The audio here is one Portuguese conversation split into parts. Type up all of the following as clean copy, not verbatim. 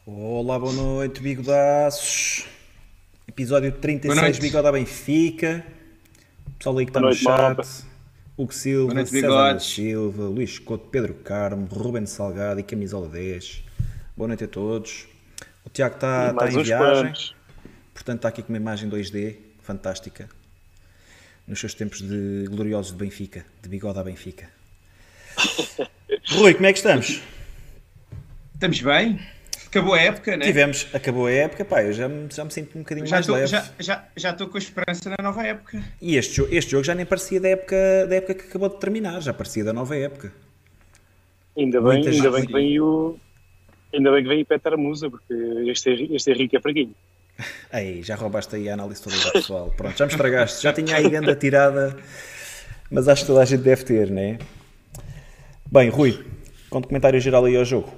Olá, boa noite, bigodaços. Episódio Boa 36, noite. Bigode à Benfica. O pessoal aí que está Boa no noite, malta. chat. Hugo Boa Silva, noite, César da bigodes. Silva, Luís Couto, Pedro Carmo, Ruben Salgado e Camisola 10. Boa noite a todos. O Tiago E está mais em uns viagem, quantos. portanto está aqui com uma imagem 2D fantástica. Nos seus tempos de gloriosos de Benfica, de Bigode à Benfica. Rui, como é que estamos? Estamos bem? Acabou a época, né? Acabou a época, pá, eu já me sinto um bocadinho Já mais estou leve. já estou com a esperança na nova época. E este jogo já nem parecia da época que acabou de terminar, já parecia da nova época. Ainda bem, Muitas- ainda bem que vem o. Ainda bem que vem o Petar Musa, porque este Henrique é fraquinho. Aí, já roubaste aí a análise toda do pessoal. Pronto, já me estragaste, já tinha aí grande tirada, mas acho que toda a gente deve ter, né? Bem, Rui, conta comentário geral aí ao jogo.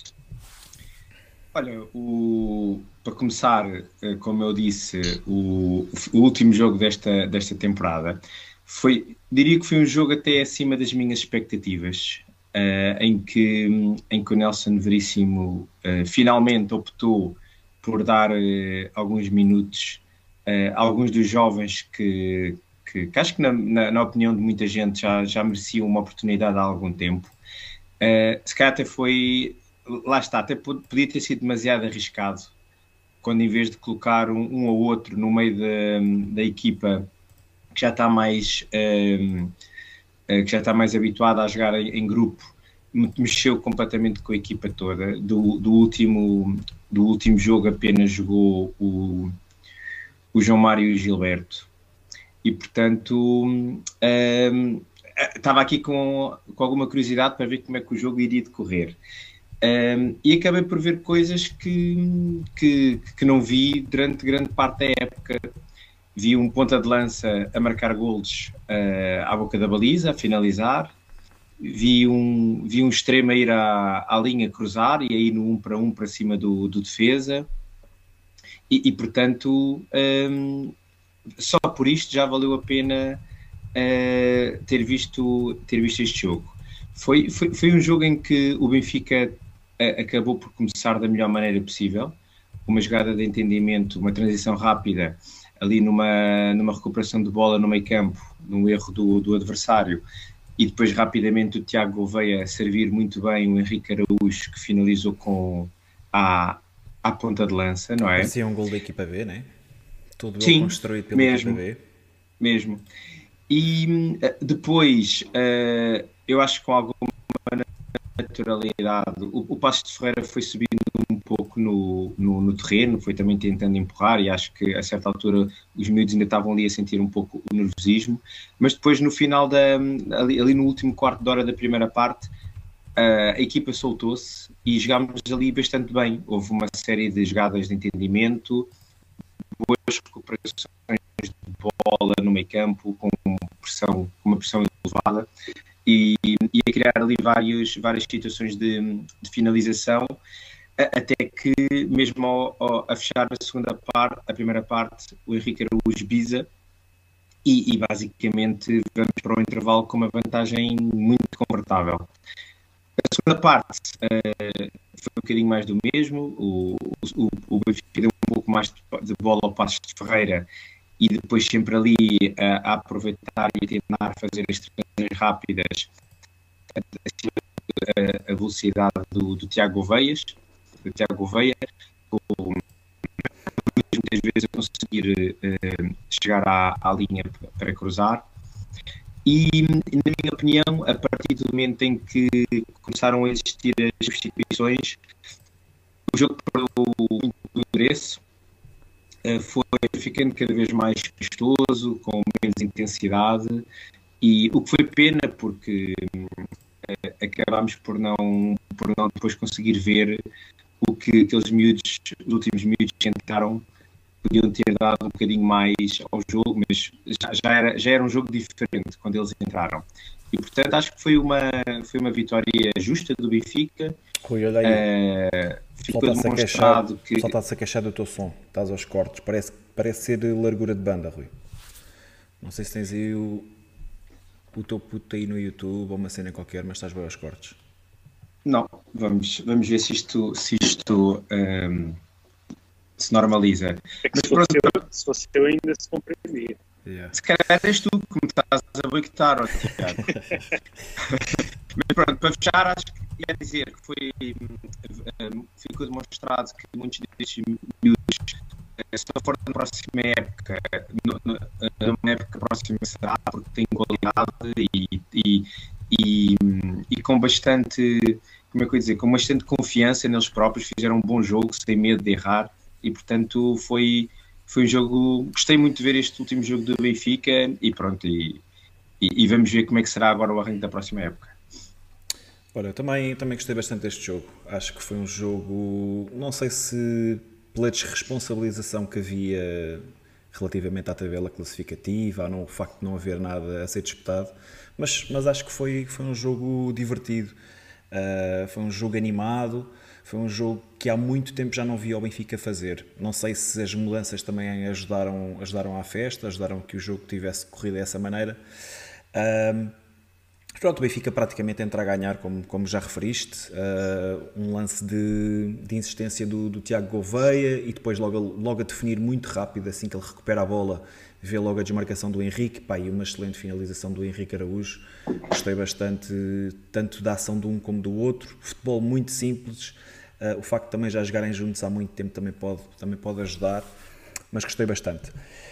Olha, para começar, como eu disse, o último jogo desta temporada diria que foi um jogo até acima das minhas expectativas, em que o Nelson Veríssimo finalmente optou por dar alguns minutos a alguns dos jovens que acho que na opinião de muita gente já mereciam uma oportunidade há algum tempo. Se calhar até foi, lá está, até podia ter sido demasiado arriscado, quando em vez de colocar um ou outro no meio da equipa que já está mais habituada a jogar em grupo, mexeu completamente com a equipa toda. Do último jogo apenas jogou o João Mário e o Gilberto. E, portanto, estava aqui com alguma curiosidade para ver como é que o jogo iria decorrer. E acabei por ver coisas que não vi durante grande parte da época. Vi um ponta de lança a marcar golos à boca da baliza, a finalizar. Vi um extremo a ir à linha cruzar e aí no 1 para cima do defesa. Portanto, só por isto já valeu a pena ter visto este jogo. Foi um jogo em que o Benfica acabou por começar da melhor maneira possível, uma jogada de entendimento, uma transição rápida, ali numa recuperação de bola no meio campo, num erro do adversário, e depois rapidamente o Tiago Gouveia a servir muito bem o Henrique Araújo, que finalizou à ponta de lança, não é? Parecia um gol da equipa B, né? Tudo ele Sim, construído pela mesmo, equipa B. mesmo. E depois, eu acho que com alguma naturalidade, o Passos de Ferreira foi subindo um pouco no terreno, foi também tentando empurrar, e acho que a certa altura os miúdos ainda estavam ali a sentir um pouco o nervosismo, mas depois no final, ali no último quarto de hora da primeira parte, a equipa soltou-se e jogámos ali bastante bem. Houve uma série de jogadas de entendimento, boas recuperações de bola no meio campo, com uma pressão elevada, e a criar ali várias situações de finalização, até que mesmo a fechar a primeira parte, o Henrique Araújo bisa e basicamente vamos para o intervalo com uma vantagem muito confortável. A segunda parte foi um bocadinho mais do mesmo, o Benfica deu um pouco mais de bola ao Passos de Ferreira e depois sempre ali a aproveitar e a tentar fazer as transições rápidas, a velocidade do Tiago Gouveia, muitas vezes a conseguir chegar à linha para cruzar. E, na minha opinião, a partir do momento em que começaram a existir as substituições, o jogo perdeu muito endereço, foi ficando cada vez mais vistoso, com menos intensidade, e o que foi pena, porque acabámos por não depois conseguir ver o que aqueles miúdos, os últimos miúdos tentaram, podiam ter dado um bocadinho mais ao jogo, mas já era um jogo diferente quando eles entraram. E, portanto, acho que foi uma vitória justa do Benfica. Rui, olha aí. Ficou demonstrado que... Só está-se a queixar do teu som. Estás aos cortes. Parece ser largura de banda, Rui. Não sei se tens aí o teu puto aí no YouTube ou uma cena qualquer, mas estás bem aos cortes. Não, vamos ver se isto se normaliza. É que Mas pronto, se fosse eu ainda se compreendia. Yeah. se calhar és tu que me estás a boicotar, ó, Tiago. Mas pronto, para fechar, acho que ia dizer que ficou demonstrado que muitos destes miúdos, se não for na próxima época, numa época próxima será, porque tem qualidade e com bastante, como é que eu ia dizer, com bastante confiança neles próprios, fizeram um bom jogo, sem medo de errar, e portanto foi um jogo, gostei muito de ver este último jogo do Benfica, e pronto, e vamos ver como é que será agora o arranque da próxima época. Olha, eu também gostei bastante deste jogo. Acho que foi um jogo, não sei se pela desresponsabilização que havia relativamente à tabela classificativa, ou no facto de não haver nada a ser disputado, mas acho que foi um jogo divertido, foi um jogo animado, foi um jogo que há muito tempo já não via o Benfica fazer. Não sei se as mudanças também ajudaram à festa, ajudaram que o jogo tivesse corrido dessa maneira. Pronto, o Benfica praticamente entra a ganhar, como já referiste, um lance de insistência do Tiago Gouveia e depois logo a definir muito rápido, assim que ele recupera a bola, vê logo a desmarcação do Henrique, e uma excelente finalização do Henrique Araújo. Gostei bastante tanto da ação de um como do outro, futebol muito simples, o facto de também já jogarem juntos há muito tempo também pode ajudar, mas gostei bastante.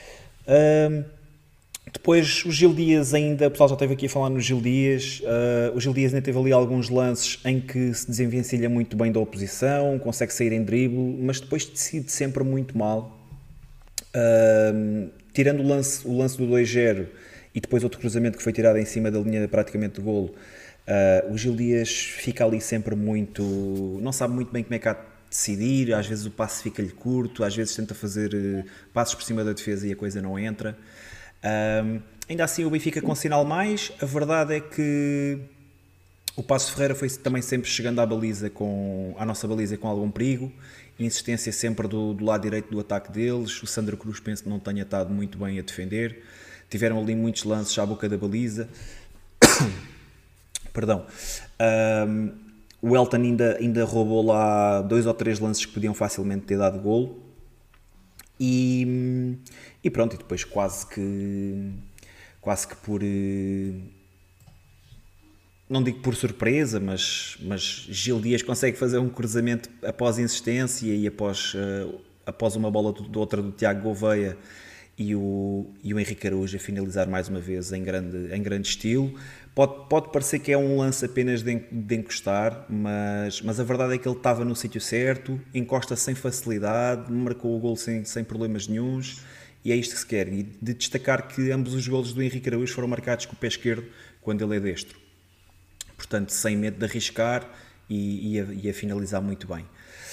Depois o Gil Dias ainda, o pessoal já esteve aqui a falar no Gil Dias, o Gil Dias ainda teve ali alguns lances em que se desenvencilha muito bem da oposição, consegue sair em drible, mas depois decide sempre muito mal. Tirando o lance do 2-0 e depois outro cruzamento que foi tirado em cima da linha praticamente de golo, o Gil Dias fica ali sempre muito, não sabe muito bem como é que há de decidir, às vezes o passe fica-lhe curto, às vezes tenta fazer passos por cima da defesa e a coisa não entra. Ainda assim o Benfica com sinal mais, a verdade é que o Paços Ferreira foi também sempre chegando à nossa baliza com algum perigo, insistência sempre do lado direito do ataque deles, o Sandro Cruz penso que não tenha estado muito bem a defender, tiveram ali muitos lances à boca da baliza, perdão, o Elton ainda roubou lá 2 ou 3 lances que podiam facilmente ter dado golo. E pronto, e depois quase que por, não digo por surpresa, mas Gil Dias consegue fazer um cruzamento após insistência e após uma bola outra do Tiago Gouveia e o Henrique Araújo a finalizar mais uma vez em grande estilo. Pode parecer que é um lance apenas de encostar, mas a verdade é que ele estava no sítio certo, encosta sem facilidade, marcou o golo sem problemas nenhuns, e é isto que se quer. E de destacar que ambos os golos do Henrique Araújo foram marcados com o pé esquerdo quando ele é destro. Portanto, sem medo de arriscar e a finalizar muito bem.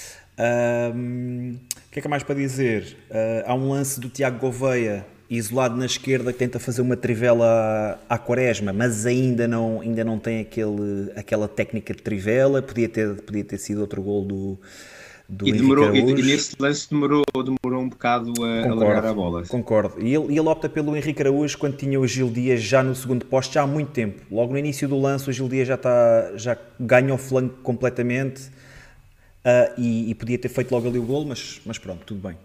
O que é mais para dizer? Há um lance do Tiago Gouveia isolado na esquerda que tenta fazer uma trivela à Quaresma, mas ainda não tem aquela técnica de trivela. Podia ter sido outro gol do Henrique Araújo. E nesse lance demorou um bocado a largar a bola. Concordo. E ele opta pelo Henrique Araújo quando tinha o Gil Dias já no segundo poste, já há muito tempo. Logo no início do lance o Gil Dias já ganha o flanco completamente e podia ter feito logo ali o golo, mas pronto, tudo bem.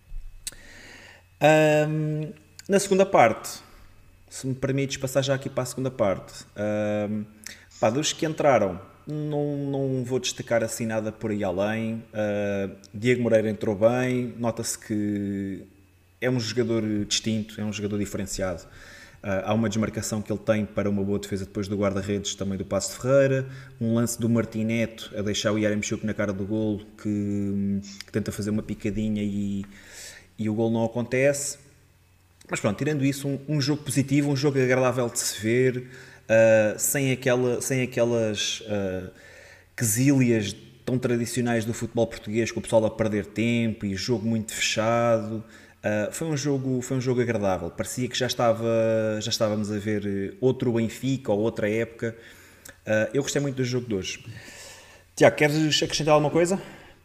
Na segunda parte, se me permites passar já aqui para a segunda parte, dos que entraram, não vou destacar assim nada por aí além. Diego Moreira entrou bem, nota-se que é um jogador distinto, é um jogador diferenciado. Há uma desmarcação que ele tem para uma boa defesa depois do guarda-redes também do Paços de Ferreira, um lance do Martim Neto a deixar o Yaremchuk na cara do golo que tenta fazer uma picadinha e o golo não acontece. Mas pronto, tirando isso, um jogo positivo, um jogo agradável de se ver, sem aquelas quesílias tão tradicionais do futebol português, com o pessoal a perder tempo e jogo muito fechado. Foi um jogo agradável, parecia que já estávamos a ver outro Benfica ou outra época. Eu gostei muito do jogo de hoje. Tiago, queres acrescentar alguma coisa?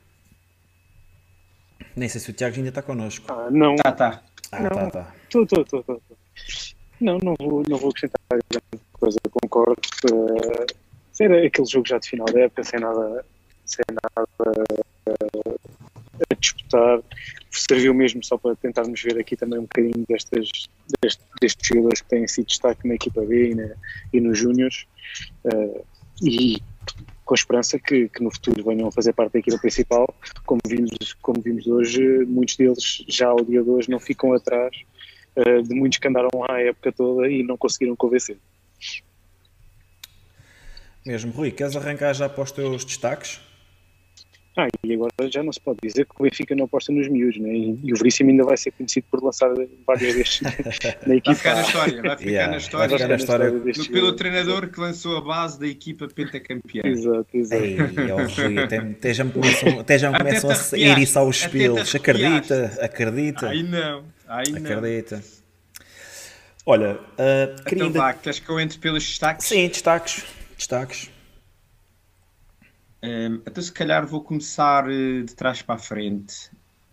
Nem sei se o Tiago ainda está connosco. Não. Tá. Tá. Estou. Não vou acrescentar grande coisa. Concordo Era aquele jogo já de final da época, sem nada a disputar. Serviu mesmo só para tentarmos ver aqui também um bocadinho destes jogadores que têm sido destaque na equipa B e nos Júniors, e com a esperança que no futuro venham a fazer parte da equipa principal. Como vimos hoje, muitos deles já ao dia de hoje não ficam atrás de muitos que andaram lá a época toda e não conseguiram convencer. Mesmo. Rui, queres arrancar já para os teus destaques? E agora já não se pode dizer que o Benfica não aposta nos miúdos, né? E o Veríssimo ainda vai ser conhecido por lançar vários destes na equipa. Vai ficar na história, pelo treinador que lançou a base da equipa pentacampeã. Exato. Ei, Rui, até já me começam a eriçar os pelos. Acredita. Aí não. Acredita. Olha, então queres que eu entre pelos destaques? Sim, destaques. Então se calhar vou começar de trás para a frente.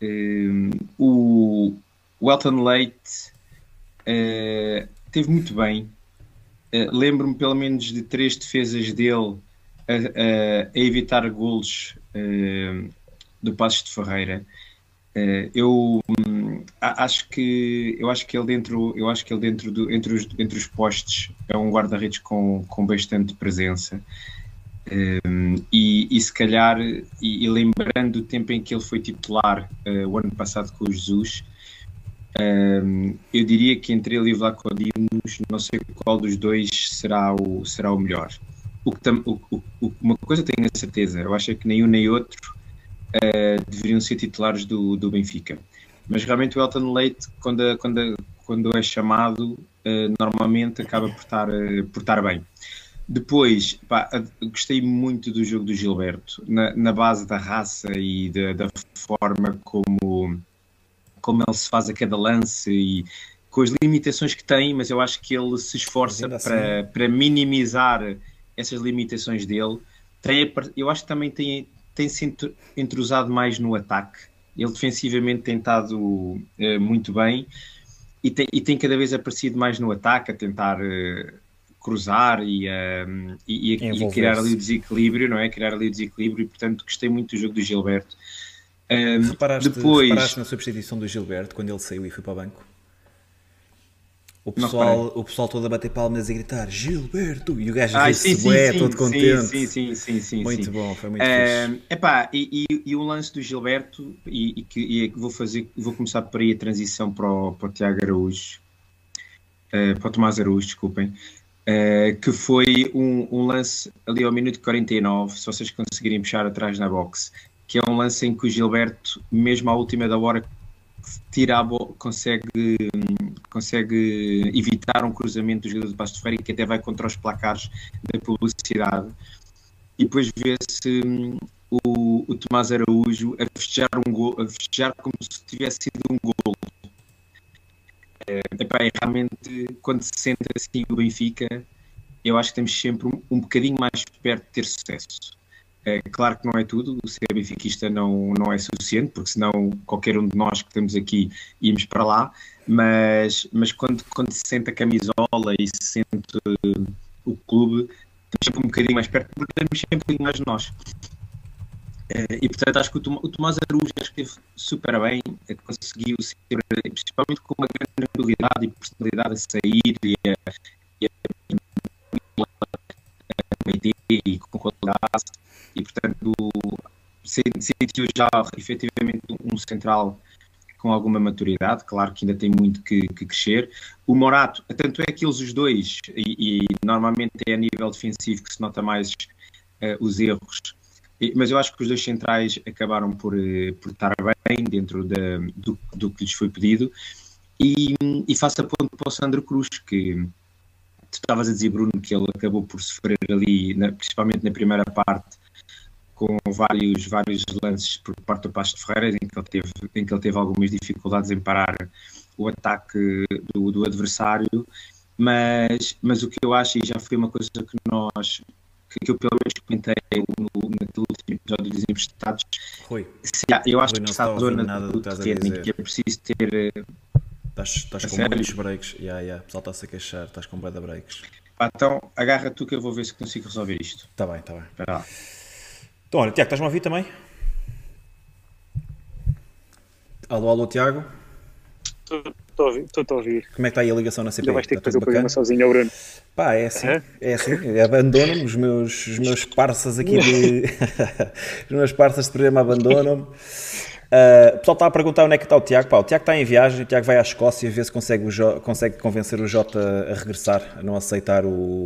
O Elton Leite esteve muito bem. Lembro-me pelo menos de 3 defesas dele a evitar golos do Passos de Ferreira. Eu acho que ele entre os postes é um guarda-redes com bastante presença. E se calhar, e lembrando o tempo em que ele foi titular o ano passado com o Jesus, eu diria que entre ele e Vlaco Dimos, não sei qual dos dois será o melhor. Uma coisa tenho a certeza, eu acho que nem um nem outro deveriam ser titulares do Benfica. Mas realmente o Elton Leite, quando é chamado, normalmente acaba por estar bem. Depois, gostei muito do jogo do Gilberto, na base da raça e da forma como ele se faz a cada lance e com as limitações que tem, mas eu acho que ele se esforça para minimizar essas limitações dele. Eu acho que também tem se entrosado mais no ataque. Ele defensivamente tem estado muito bem e tem cada vez aparecido mais no ataque, a tentar cruzar e a criar ali o desequilíbrio, não é? Criar ali o desequilíbrio e, portanto, gostei muito do jogo do Gilberto. Reparaste na substituição do Gilberto quando ele saiu e foi para o banco? O pessoal todo a bater palmas e a gritar Gilberto! E o gajo todo contente. Sim. Muito bom, foi muito fixe. E o lance do Gilberto, vou começar por aí a transição para o Tiago Araújo, para o Tomás Araújo, desculpem. Que foi um lance ali ao minuto 49, se vocês conseguirem puxar atrás na boxe, que é um lance em que o Gilberto, mesmo à última da hora, tira a bola, consegue evitar um cruzamento do jogador do Passos de Ferreira, que até vai contra os placares da publicidade, e depois vê-se o Tomás Araújo a festejar como se tivesse sido um golo. Realmente, quando se sente assim o Benfica, eu acho que estamos sempre um bocadinho mais perto de ter sucesso. Claro que não é tudo, o ser benfiquista não é suficiente, porque senão qualquer um de nós que estamos aqui íamos para lá, mas quando se sente a camisola e se sente o clube, estamos sempre um bocadinho mais perto, porque estamos sempre um bocadinho mais de nós. E portanto acho que o Tomás Araújo esteve super bem, conseguiu ser, principalmente com uma grande habilidade e personalidade a sair e com qualidade, e portanto sentiu já efetivamente um central com alguma maturidade. Claro que ainda tem muito que crescer. O Morato, tanto é que eles os dois, e normalmente é a nível defensivo que se nota mais os erros, mas eu acho que os dois centrais acabaram por estar bem dentro do que lhes foi pedido. E faço a ponto para o Sandro Cruz, que tu estavas a dizer, Bruno, que ele acabou por sofrer ali, principalmente na primeira parte, com vários lances por parte do Passos de Ferreira, em que ele teve algumas dificuldades em parar o ataque do adversário, mas o que eu acho, e já foi uma coisa que eu pelo menos comentei naquele último episódio dos Emprestados, eu acho que essa zona do terreno em que é preciso ter... Estás com muitos breaks. O pessoal está-se a queixar, estás com bué de breaks. Pá, então, agarra tu que eu vou ver se consigo resolver isto. Está bem, está bem. Espera lá. Então, olha, Tiago, estás-me a ouvir também? Alô, alô, Tiago. Estou a ouvir. Como é que está aí a ligação na Ainda CPI? vais ter Está que fazer o tudo programa bacana? sozinho, ao Bruno. Pá, é assim, Hã? é assim. Abandonam-me, os meus parceiros aqui de... os meus parceiros de programa abandonam-me. O pessoal está a perguntar onde é que está o Tiago. Pá, o Tiago está em viagem, o Tiago vai à Escócia ver se consegue convencer o Jota a regressar, a não aceitar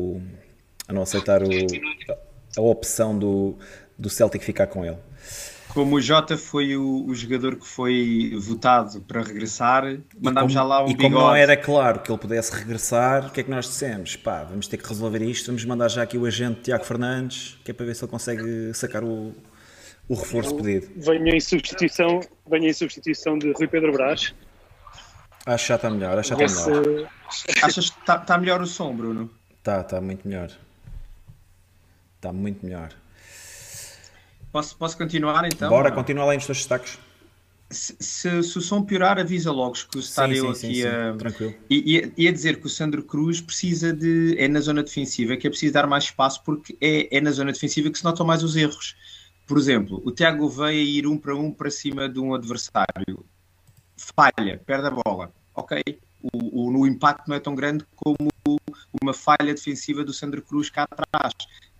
a opção do Celtic ficar com ele. Como o Jota foi o jogador que foi votado para regressar, mandámos já lá um E como não bigode. era claro que ele pudesse regressar, o que é que nós dissemos? Pá, vamos ter que resolver isto, vamos mandar já aqui o agente Tiago Fernandes, que é para ver se ele consegue sacar o reforço pedido. Venho em substituição de Rui Pedro Brás. Acho que já está melhor, acho que já Ver está melhor. se- Achas que está melhor o som, Bruno? Está muito melhor. Está muito melhor. Posso continuar então? Bora, ou não? continua lá nos teus destaques. Se o som piorar, avisa logo, que estar eu aqui a... tranquilo. Ia dizer que o Sandro Cruz precisa é na zona defensiva, que é preciso dar mais espaço, porque é na zona defensiva que se notam mais os erros. Por exemplo, o Tiago Gouveia ir 1 para cima de um adversário, falha, perde a bola, ok? O impacto não é tão grande como uma falha defensiva do Sandro Cruz cá atrás.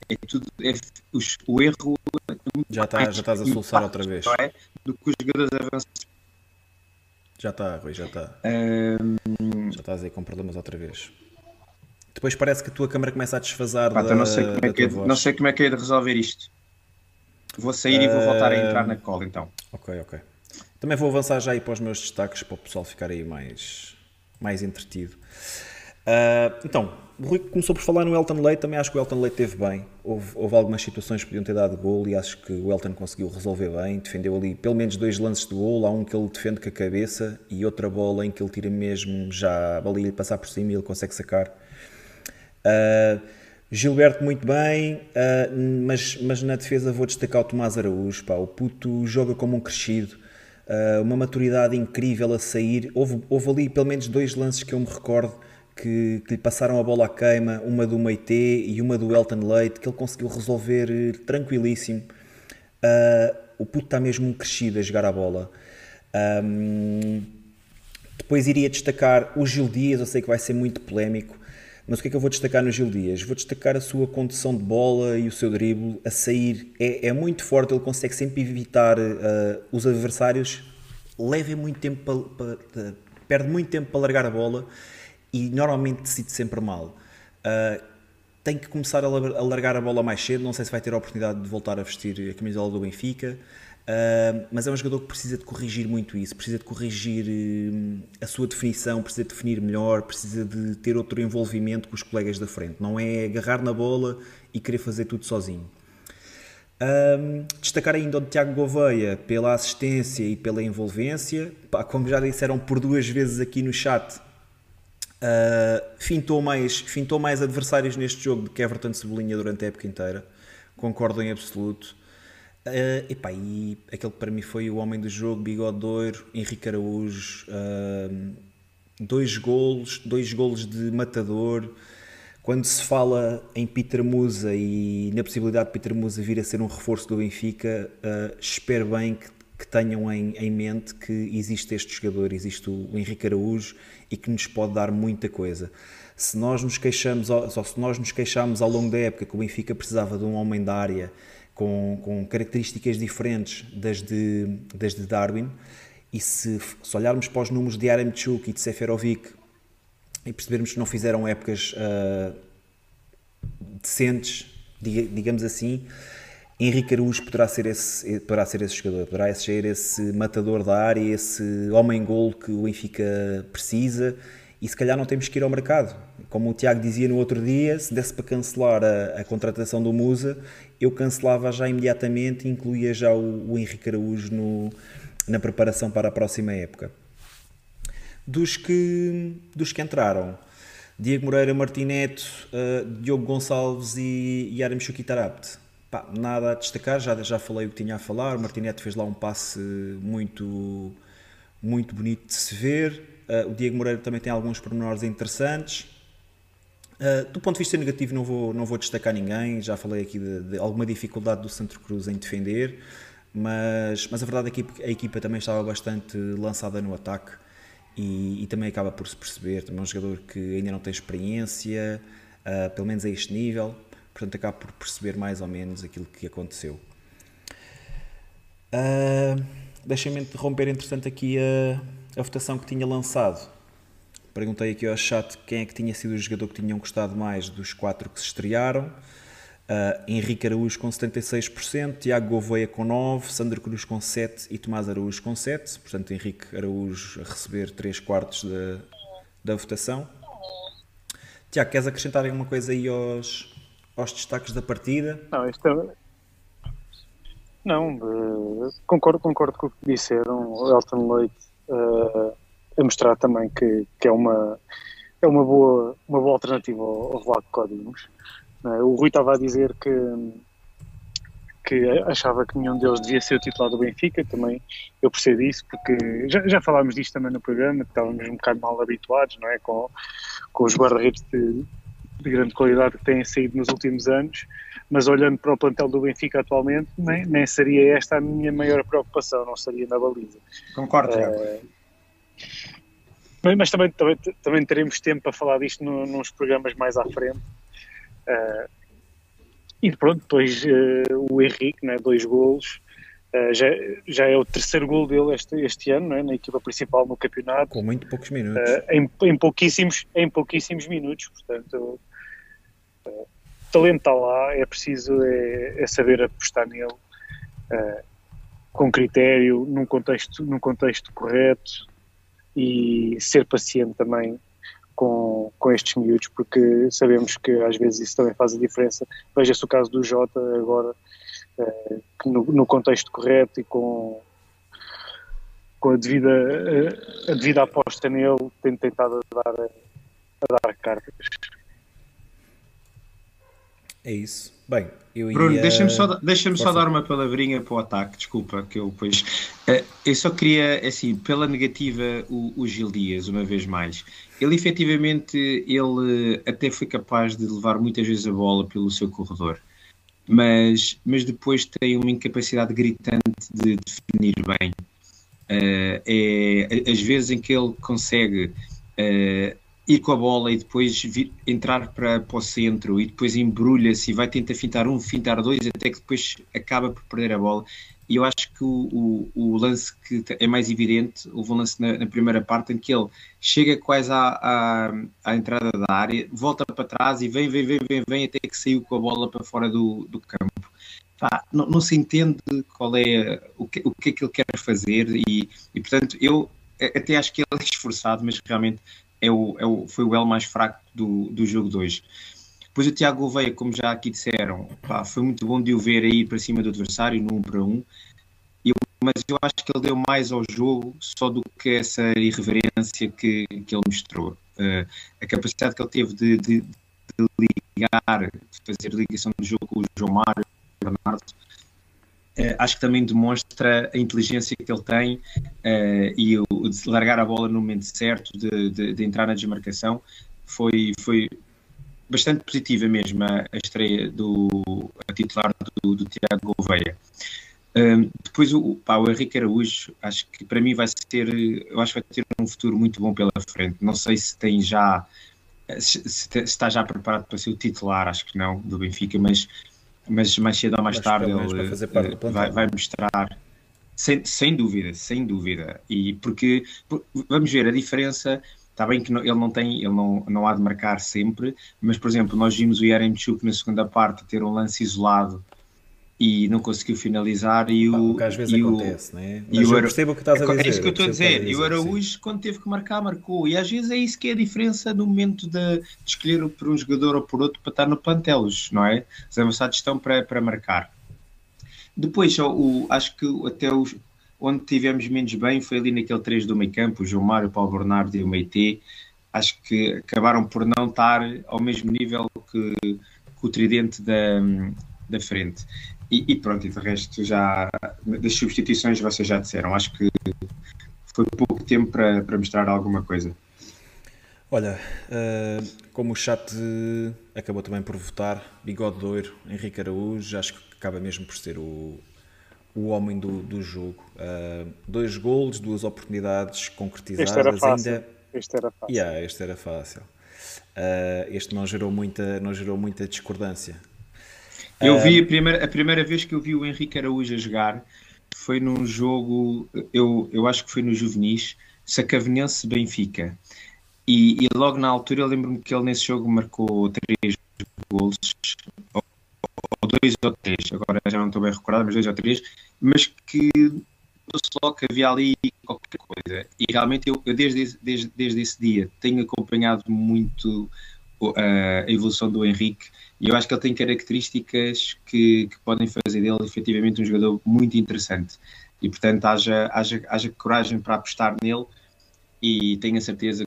O erro Já estás a soluçar outra vez. não é? Do que os jogadores avançam. Já está, Rui, já está. Já estás aí com problemas outra vez. Depois parece que a tua câmara começa a desfasar Pá, então não sei da tua voz. não sei como é que é de resolver isto. Vou sair e vou voltar a entrar na call então. Ok. Também vou avançar já aí para os meus destaques, para o pessoal ficar aí mais entretido. Então, o Rui começou por falar no Elton Leite, também acho que o Elton Leite esteve bem. Houve algumas situações que podiam ter dado golo e acho que o Elton conseguiu resolver bem. Defendeu ali pelo menos 2 lances de golo. Há um que ele defende com a cabeça e outra bola em que ele tira mesmo já a bola lhe passar por cima e ele consegue sacar. Gilberto muito bem, mas na defesa vou destacar o Tomás Araújo. Pá, o puto joga como um crescido. Uma maturidade incrível a sair. Houve ali pelo menos 2 lances que eu me recordo que lhe passaram a bola à queima, uma do Meité e uma do Elton Leite, que ele conseguiu resolver tranquilíssimo. O puto está mesmo um crescido a jogar a bola. Depois iria destacar o Gil Dias, eu sei que vai ser muito polémico, mas o que é que eu vou destacar no Gil Dias? Vou destacar a sua condução de bola e o seu drible a sair. É muito forte, ele consegue sempre evitar os adversários, perde muito tempo para largar a bola e normalmente decide sempre mal. Tem que começar a largar a bola mais cedo, não sei se vai ter a oportunidade de voltar a vestir a camisola do Benfica, mas é um jogador que precisa de corrigir muito isso, precisa de corrigir a sua definição, precisa de definir melhor, precisa de ter outro envolvimento com os colegas da frente, não é agarrar na bola e querer fazer tudo sozinho. Destacar ainda o Tiago Gouveia pela assistência e pela envolvência. Pá, como já disseram por 2 vezes aqui no chat, fintou mais adversários neste jogo do que Everton Cebolinha durante a época inteira, concordo em absoluto. E aquele que para mim foi o homem do jogo, bigode de ouro, Henrique Araújo, 2 golos de matador. Quando se fala em Peter Musa e na possibilidade de Peter Musa vir a ser um reforço do Benfica, espero bem que tenham em mente que existe este jogador, existe o Henrique Araújo e que nos pode dar muita coisa. Se nós nos queixamos ao longo da época que o Benfica precisava de um homem da área com características diferentes das de Darwin, e se olharmos para os números de Yaremchuk e de Seferovic e percebermos que não fizeram épocas decentes, digamos assim, Henrique Araújo poderá ser esse jogador, poderá ser esse matador da área, esse homem-golo que o Benfica precisa, e se calhar não temos que ir ao mercado. Como o Tiago dizia no outro dia, se desse para cancelar a contratação do Musa, eu cancelava já imediatamente e incluía já o Henrique Araújo na preparação para a próxima época. Dos que entraram, Diego Moreira, Martineto, Diogo Gonçalves e Yaremchuk Tarabt. Nada a destacar, já falei o que tinha a falar. O Martineto fez lá um passe muito, muito bonito de se ver. O Diego Moreira também tem alguns pormenores interessantes. Do ponto de vista negativo não vou destacar ninguém, já falei aqui de alguma dificuldade do Santa Cruz em defender, mas a verdade é que a equipa também estava bastante lançada no ataque e também acaba por se perceber, também é um jogador que ainda não tem experiência, pelo menos a este nível, portanto acaba por perceber mais ou menos aquilo que aconteceu. Deixem-me interromper, entretanto, aqui a votação que tinha lançado. Perguntei aqui ao chat quem é que tinha sido o jogador que tinham gostado mais dos 4 que se estrearam. Henrique Araújo com 76%, Tiago Gouveia com 9%, Sandro Cruz com 7% e Tomás Araújo com 7%. Portanto, Henrique Araújo a receber 3/4 da votação. Tiago, queres acrescentar alguma coisa aí aos destaques da partida? Concordo com o que disseram. O Elton Leite a mostrar também que é uma boa alternativa ao Vlaco Codimos. O Rui estava a dizer que achava que nenhum deles devia ser o titular do Benfica. Também eu percebo isso, porque já falámos disto também no programa, que estávamos um bocado mal habituados, não é? Com os guarda-redes de grande qualidade que têm saído nos últimos anos, mas olhando para o plantel do Benfica atualmente, nem seria esta a minha maior preocupação, não seria na baliza. Concordo, mas também teremos tempo para falar disto nos programas mais à frente. E pronto, depois o Henrique, né, 2 golos, já é o 3º golo dele este ano, né, na equipa principal no campeonato. Com muito poucos minutos. Em pouquíssimos minutos, portanto, talento está lá, é preciso saber apostar nele com critério, num contexto correto, e ser paciente também com estes miúdos, porque sabemos que às vezes isso também faz a diferença. Veja-se o caso do Jota agora, que no contexto correto e com a devida aposta nele, tem tentado a dar cartas. É isso. Bem, Bruno, deixa-me só dar uma palavrinha para o ataque, desculpa, que eu depois... eu só queria, assim, pela negativa, o Gil Dias, uma vez mais. Ele, efetivamente, ele até foi capaz de levar muitas vezes a bola pelo seu corredor, mas depois tem uma incapacidade gritante de definir bem. As vezes em que ele consegue... ir com a bola e depois entrar para o centro e depois embrulha-se e vai tentar fintar 2, até que depois acaba por perder a bola. E eu acho que o lance que é mais evidente, houve um lance na primeira parte em que ele chega quase à entrada da área, volta para trás e vem até que saiu com a bola para fora do campo. Não se entende qual é o que é que ele quer fazer e portanto eu até acho que ele é esforçado, mas realmente foi o elo mais fraco do jogo de hoje. Depois o Tiago Gouveia, como já aqui disseram, foi muito bom de o ver aí para cima do adversário no 1-1, mas eu acho que ele deu mais ao jogo só do que essa irreverência que ele mostrou. A capacidade que ele teve de ligar, de fazer ligação do jogo com o João Mário e o Bernardo, acho que também demonstra a inteligência que ele tem e o de largar a bola no momento certo, de entrar na desmarcação. Foi bastante positiva mesmo a estreia a titular do Tiago Gouveia. Depois o Henrique Araújo, acho que para mim vai ter um futuro muito bom pela frente. Não sei se tem já se está já preparado para ser o titular, acho que não, do Benfica, mas mais cedo ou mais tarde ele vai mostrar, sem dúvida, e porque vamos ver a diferença. Está bem que ele não há de marcar sempre, mas por exemplo nós vimos o Yaremchuk na segunda parte ter um lance isolado e não conseguiu finalizar o que às vezes acontece, não é? Mas eu percebo o que estás a dizer. É isso que eu estou a dizer. E o Araújo, quando teve que marcar, marcou. E às vezes é isso que é a diferença no momento de escolher por um jogador ou por outro para estar no plantel, não é? Os avançados estão para marcar. Depois, acho que até onde tivemos menos bem foi ali naquele 3 do meio campo, o João Mário, o Paulo Bernardo e o Meite. Acho que acabaram por não estar ao mesmo nível que o tridente da frente. E pronto, e de resto já das substituições vocês já disseram, acho que foi pouco tempo para mostrar alguma coisa. Olha, como o chat acabou também por votar, Bigode de Ouro, Henrique Araújo, acho que acaba mesmo por ser o homem do jogo. 2 golos, 2 oportunidades concretizadas. Este era fácil. Este era fácil. Este era fácil. Este não gerou muita discordância. Eu vi a primeira vez que eu vi o Henrique Araújo a jogar foi num jogo, eu acho que foi no Juvenis, Sacavenense Benfica. E logo na altura eu lembro-me que ele nesse jogo marcou 3 golos, ou 2 ou 3, agora já não estou bem recordado, mas 2 ou 3, mas que logo que havia ali qualquer coisa. E realmente eu desde esse dia tenho acompanhado muito a evolução do Henrique, e eu acho que ele tem características que podem fazer dele efetivamente um jogador muito interessante. E portanto haja coragem para apostar nele, e tenho a certeza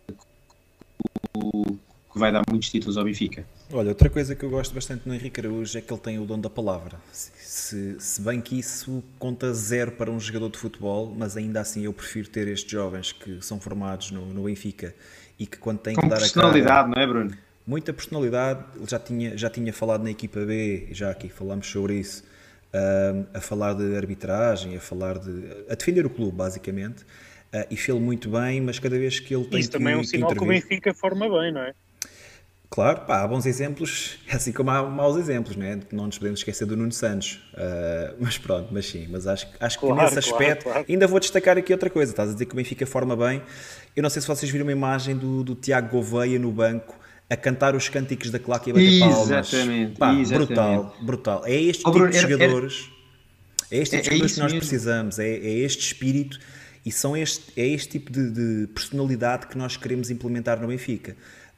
que vai dar muitos títulos ao Benfica. Olha, outra coisa que eu gosto bastante no Henrique Araújo é que ele tem o dom da palavra. Se bem que isso conta 0 para um jogador de futebol, mas ainda assim eu prefiro ter estes jovens que são formados no Benfica e que quando têm que dar a cara... Com personalidade, não é, Bruno? Muita personalidade. Ele já tinha falado na equipa B, já aqui falámos sobre isso, a falar de arbitragem, a defender o clube, basicamente. E fez muito bem, mas cada vez que ele tem isso também é um sinal que o Benfica forma bem, não é? Claro, pá, há bons exemplos, assim como há maus exemplos, né? Não nos podemos esquecer do Nuno Santos, mas pronto, mas sim, mas acho que nesse aspecto, ainda vou destacar aqui outra coisa, estás a dizer que o Benfica forma bem. Eu não sei se vocês viram uma imagem do Tiago Gouveia no banco, a cantar os cânticos da claque e a bater palmas. Exatamente, pá, exatamente. Brutal. É este tipo de jogadores, que nós precisamos, é este espírito, e é este tipo de personalidade que nós queremos implementar no Benfica.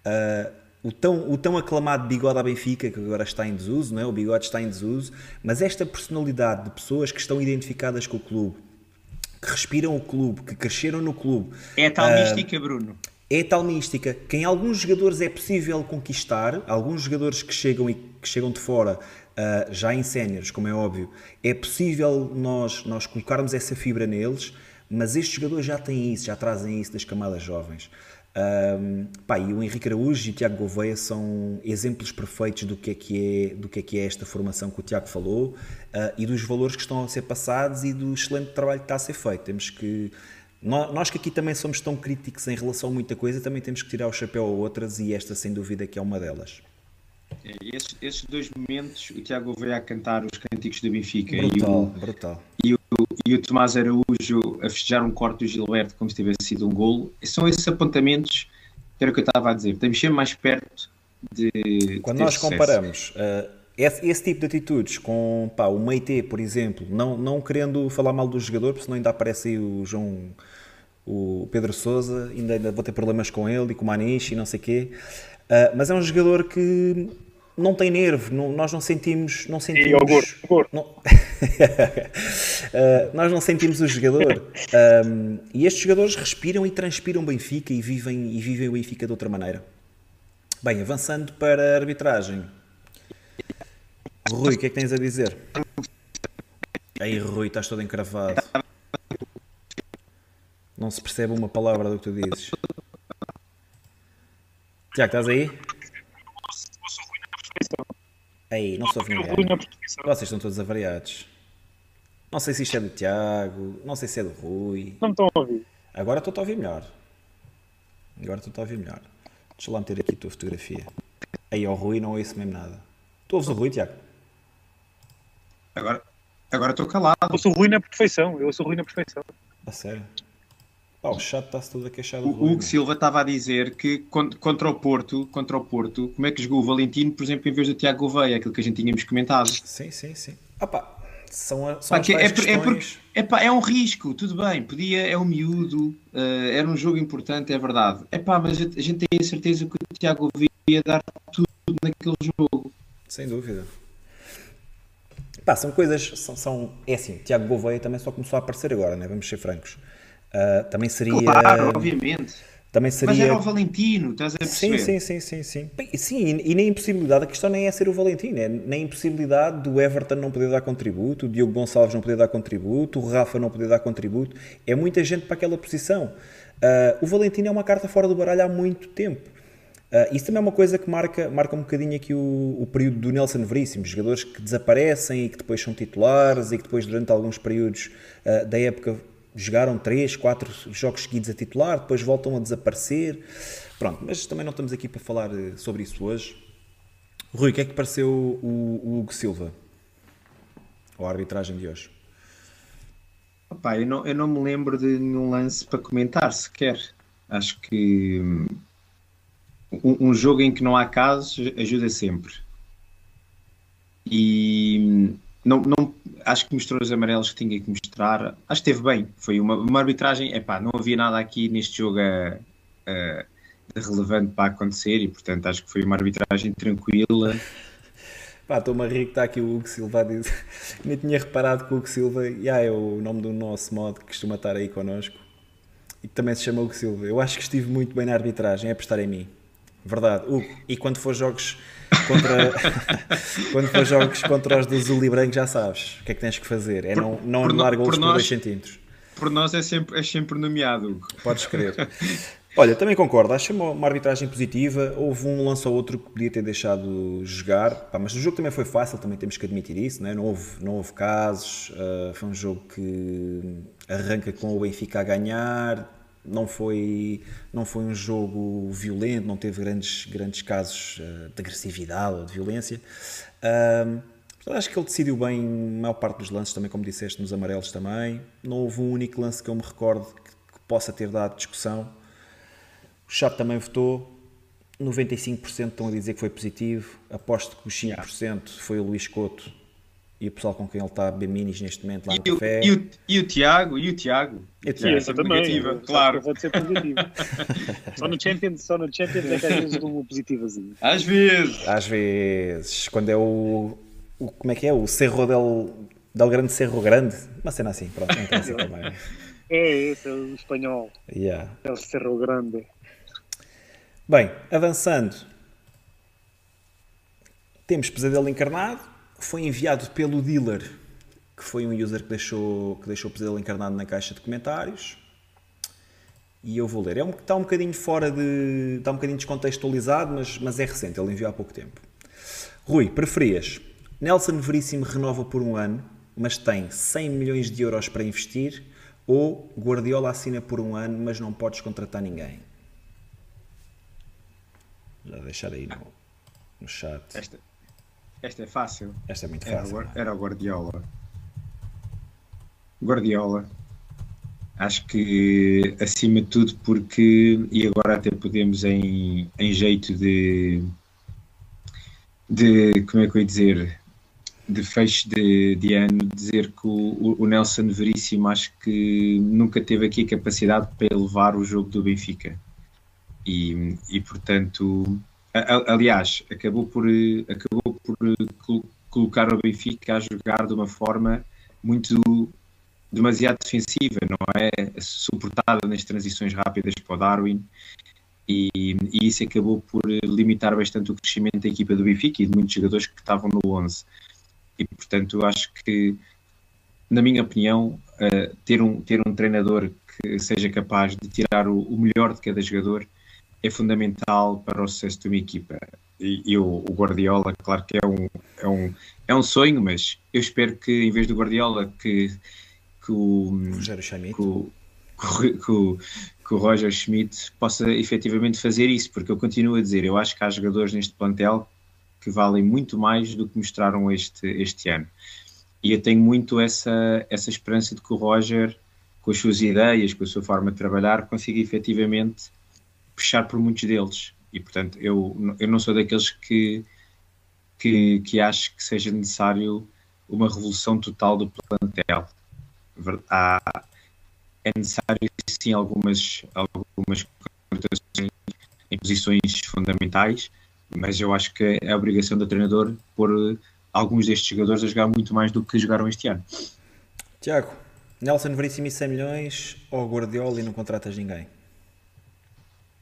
O tão aclamado bigode à Benfica, que agora está em desuso, não é? O bigode está em desuso, mas esta personalidade de pessoas que estão identificadas com o clube, que respiram o clube, que cresceram no clube. É a tal mística, Bruno. É a tal mística que em alguns jogadores é possível conquistar, alguns jogadores que chegam de fora, já em séniores, como é óbvio, é possível nós colocarmos essa fibra neles, mas estes jogadores já têm isso, já trazem isso das camadas jovens. E o Henrique Araújo e o Tiago Gouveia são exemplos perfeitos do que é esta formação que o Tiago falou, e dos valores que estão a ser passados e do excelente trabalho que está a ser feito. Temos que, nós que aqui também somos tão críticos em relação a muita coisa, também temos que tirar o chapéu a outras, e esta sem dúvida que é uma delas. Esses 2 momentos, o Tiago Gouveia a cantar os cânticos do Benfica brutal. E o Tomás Araújo a festejar um corte do Gilberto como se tivesse sido um golo, são esses apontamentos que era o que eu estava a dizer. Estamos sempre mais perto de quando nós comparamos esse tipo de atitudes com o Meite, por exemplo, não querendo falar mal do jogador, porque senão ainda aparece aí o Pedro Sousa, ainda vou ter problemas com ele e com o Maniche e não sei o quê, mas é um jogador que não tem nervo, nós não sentimos e o Gordo. Nós não sentimos o jogador, e estes jogadores respiram e transpiram Benfica e vivem o Benfica de outra maneira. Bem, avançando para a arbitragem, Rui, o que é que tens a dizer? Aí, Rui, estás todo encravado, não se percebe uma palavra do que tu dizes. Tiago, estás aí? Aí, não sou ninguém. Vocês estão todos avariados. Não sei se isto é do Tiago, não sei se é do Rui. Não me estão a ouvir. Agora estou-te a ouvir melhor. Deixa lá meter aqui a tua fotografia. Aí ao Rui não ouço mesmo nada. Tu ouves o Rui, Tiago? Agora estou calado. Eu sou Rui na perfeição. A sério? O chat está-se todo a queixar do O Rui. Hugo Silva estava a dizer que contra o Porto, como é que jogou o Valentino, por exemplo, em vez do Tiago Gouveia, aquilo que a gente tínhamos comentado. Sim. São as questões... É um risco, tudo bem, é um miúdo, era um jogo importante, é verdade. Mas a gente tem a certeza que o Tiago Gouveia ia dar tudo naquele jogo. Sem dúvida. São coisas, é assim, Tiago Gouveia também só começou a aparecer agora, né? Vamos ser francos. Também seria... Claro, obviamente. Também Mas era o seria. Valentino, estás a Sim, perceber? sim, sim, sim, sim. Bem, sim, e nem impossibilidade, a questão nem é ser o Valentino, é nem impossibilidade do Everton não poder dar contributo, o Diogo Gonçalves não poder dar contributo, o Rafa não poder dar contributo, é muita gente para aquela posição. O Valentino é uma carta fora do baralho há muito tempo. Isso também é uma coisa que marca um bocadinho aqui o período do Nelson Veríssimo, jogadores que desaparecem e que depois são titulares e que depois durante alguns períodos da época jogaram 3, 4 jogos seguidos a titular, depois voltam a desaparecer. Pronto, mas também não estamos aqui para falar sobre isso hoje. Rui, o que é que pareceu o Hugo Silva? Ou a arbitragem de hoje? Opa, eu não me lembro de nenhum lance para comentar sequer. Acho que um jogo em que não há casos ajuda sempre. E acho que mostrou os amarelos que tinha que mostrar. Acho que esteve bem. Foi uma arbitragem. Epá, não havia nada aqui neste jogo de relevante para acontecer e, portanto, acho que foi uma arbitragem tranquila. Pá, estou-me a rir que está aqui o Hugo Silva a dizer. Nem tinha reparado que o Hugo Silva é o nome do nosso mod que costuma estar aí connosco e que também se chama Hugo Silva. Eu acho que estive muito bem na arbitragem, é apostar em mim. Verdade, Hugo. E quando for jogos contra quando for jogos contra os do Azul e Branco, já sabes o que é que tens que fazer. É não anular golos por 2 centímetros. Por nós é sempre nomeado, Hugo. Podes crer. Olha, também concordo, acho uma arbitragem positiva, houve um lance ou outro que podia ter deixado jogar, pá, mas o jogo também foi fácil, também temos que admitir isso, não houve casos, foi um jogo que arranca com o Benfica a ganhar, não foi um jogo violento, não teve grandes casos de agressividade ou de violência. Portanto, acho que ele decidiu bem a maior parte dos lances, também como disseste, nos amarelos também. Não houve um único lance que eu me recordo que possa ter dado discussão. O chat também votou, 95% estão a dizer que foi positivo, aposto que os 5% foi o Luís Couto e o pessoal com quem ele está a beber minis neste momento lá no café. E o Tiago? E o Tiago essa também, negativa, claro. Pode ser positivo. Só no Champions é que às vezes dou uma positivazinha. Às vezes. Às vezes, quando é como é que é? O Cerro del Grande Cerro Grande? Uma cena assim, pronto, não interessa também. Esse é o espanhol. Yeah. É o Cerro Grande. Bem, avançando, temos Pesadelo Encarnado, foi enviado pelo dealer, que foi um user que deixou Pesadelo Encarnado na caixa de comentários, e eu vou ler. Está um bocadinho está um bocadinho descontextualizado, mas é recente, ele enviou há pouco tempo. Rui, preferias, Nelson Veríssimo renova por 1 ano, mas tem 100 milhões de euros para investir, ou Guardiola assina por 1 ano, mas não podes contratar ninguém? Já deixar aí no chat. Esta é fácil. Esta é muito fácil. Era o Guardiola. Guardiola. Acho que, acima de tudo, e agora até podemos em jeito de como é que eu ia dizer, de fecho de ano, dizer que o Nelson Veríssimo acho que nunca teve aqui a capacidade para elevar o jogo do Benfica. E portanto, aliás, acabou por colocar o Benfica a jogar de uma forma demasiado defensiva, não é? Suportada nas transições rápidas para o Darwin, e isso acabou por limitar bastante o crescimento da equipa do Benfica e de muitos jogadores que estavam no 11. E portanto, acho que, na minha opinião, ter um treinador que seja capaz de tirar o melhor de cada jogador é fundamental para o sucesso de uma equipa. E o Guardiola, claro que é um sonho, mas eu espero que, em vez do Guardiola, que o Roger Schmidt possa efetivamente fazer isso, porque eu continuo a dizer, eu acho que há jogadores neste plantel que valem muito mais do que mostraram este ano. E eu tenho muito essa esperança de que o Roger, com as suas ideias, com a sua forma de trabalhar, consiga efetivamente puxar por muitos deles. E, portanto, eu não sou daqueles que acho que seja necessário uma revolução total do plantel. É necessário, sim, algumas contratações em posições fundamentais, mas eu acho que é a obrigação do treinador pôr alguns destes jogadores a jogar muito mais do que jogaram este ano. Tiago, Nelson Veríssimo e 100 milhões ou Guardiola e não contratas ninguém?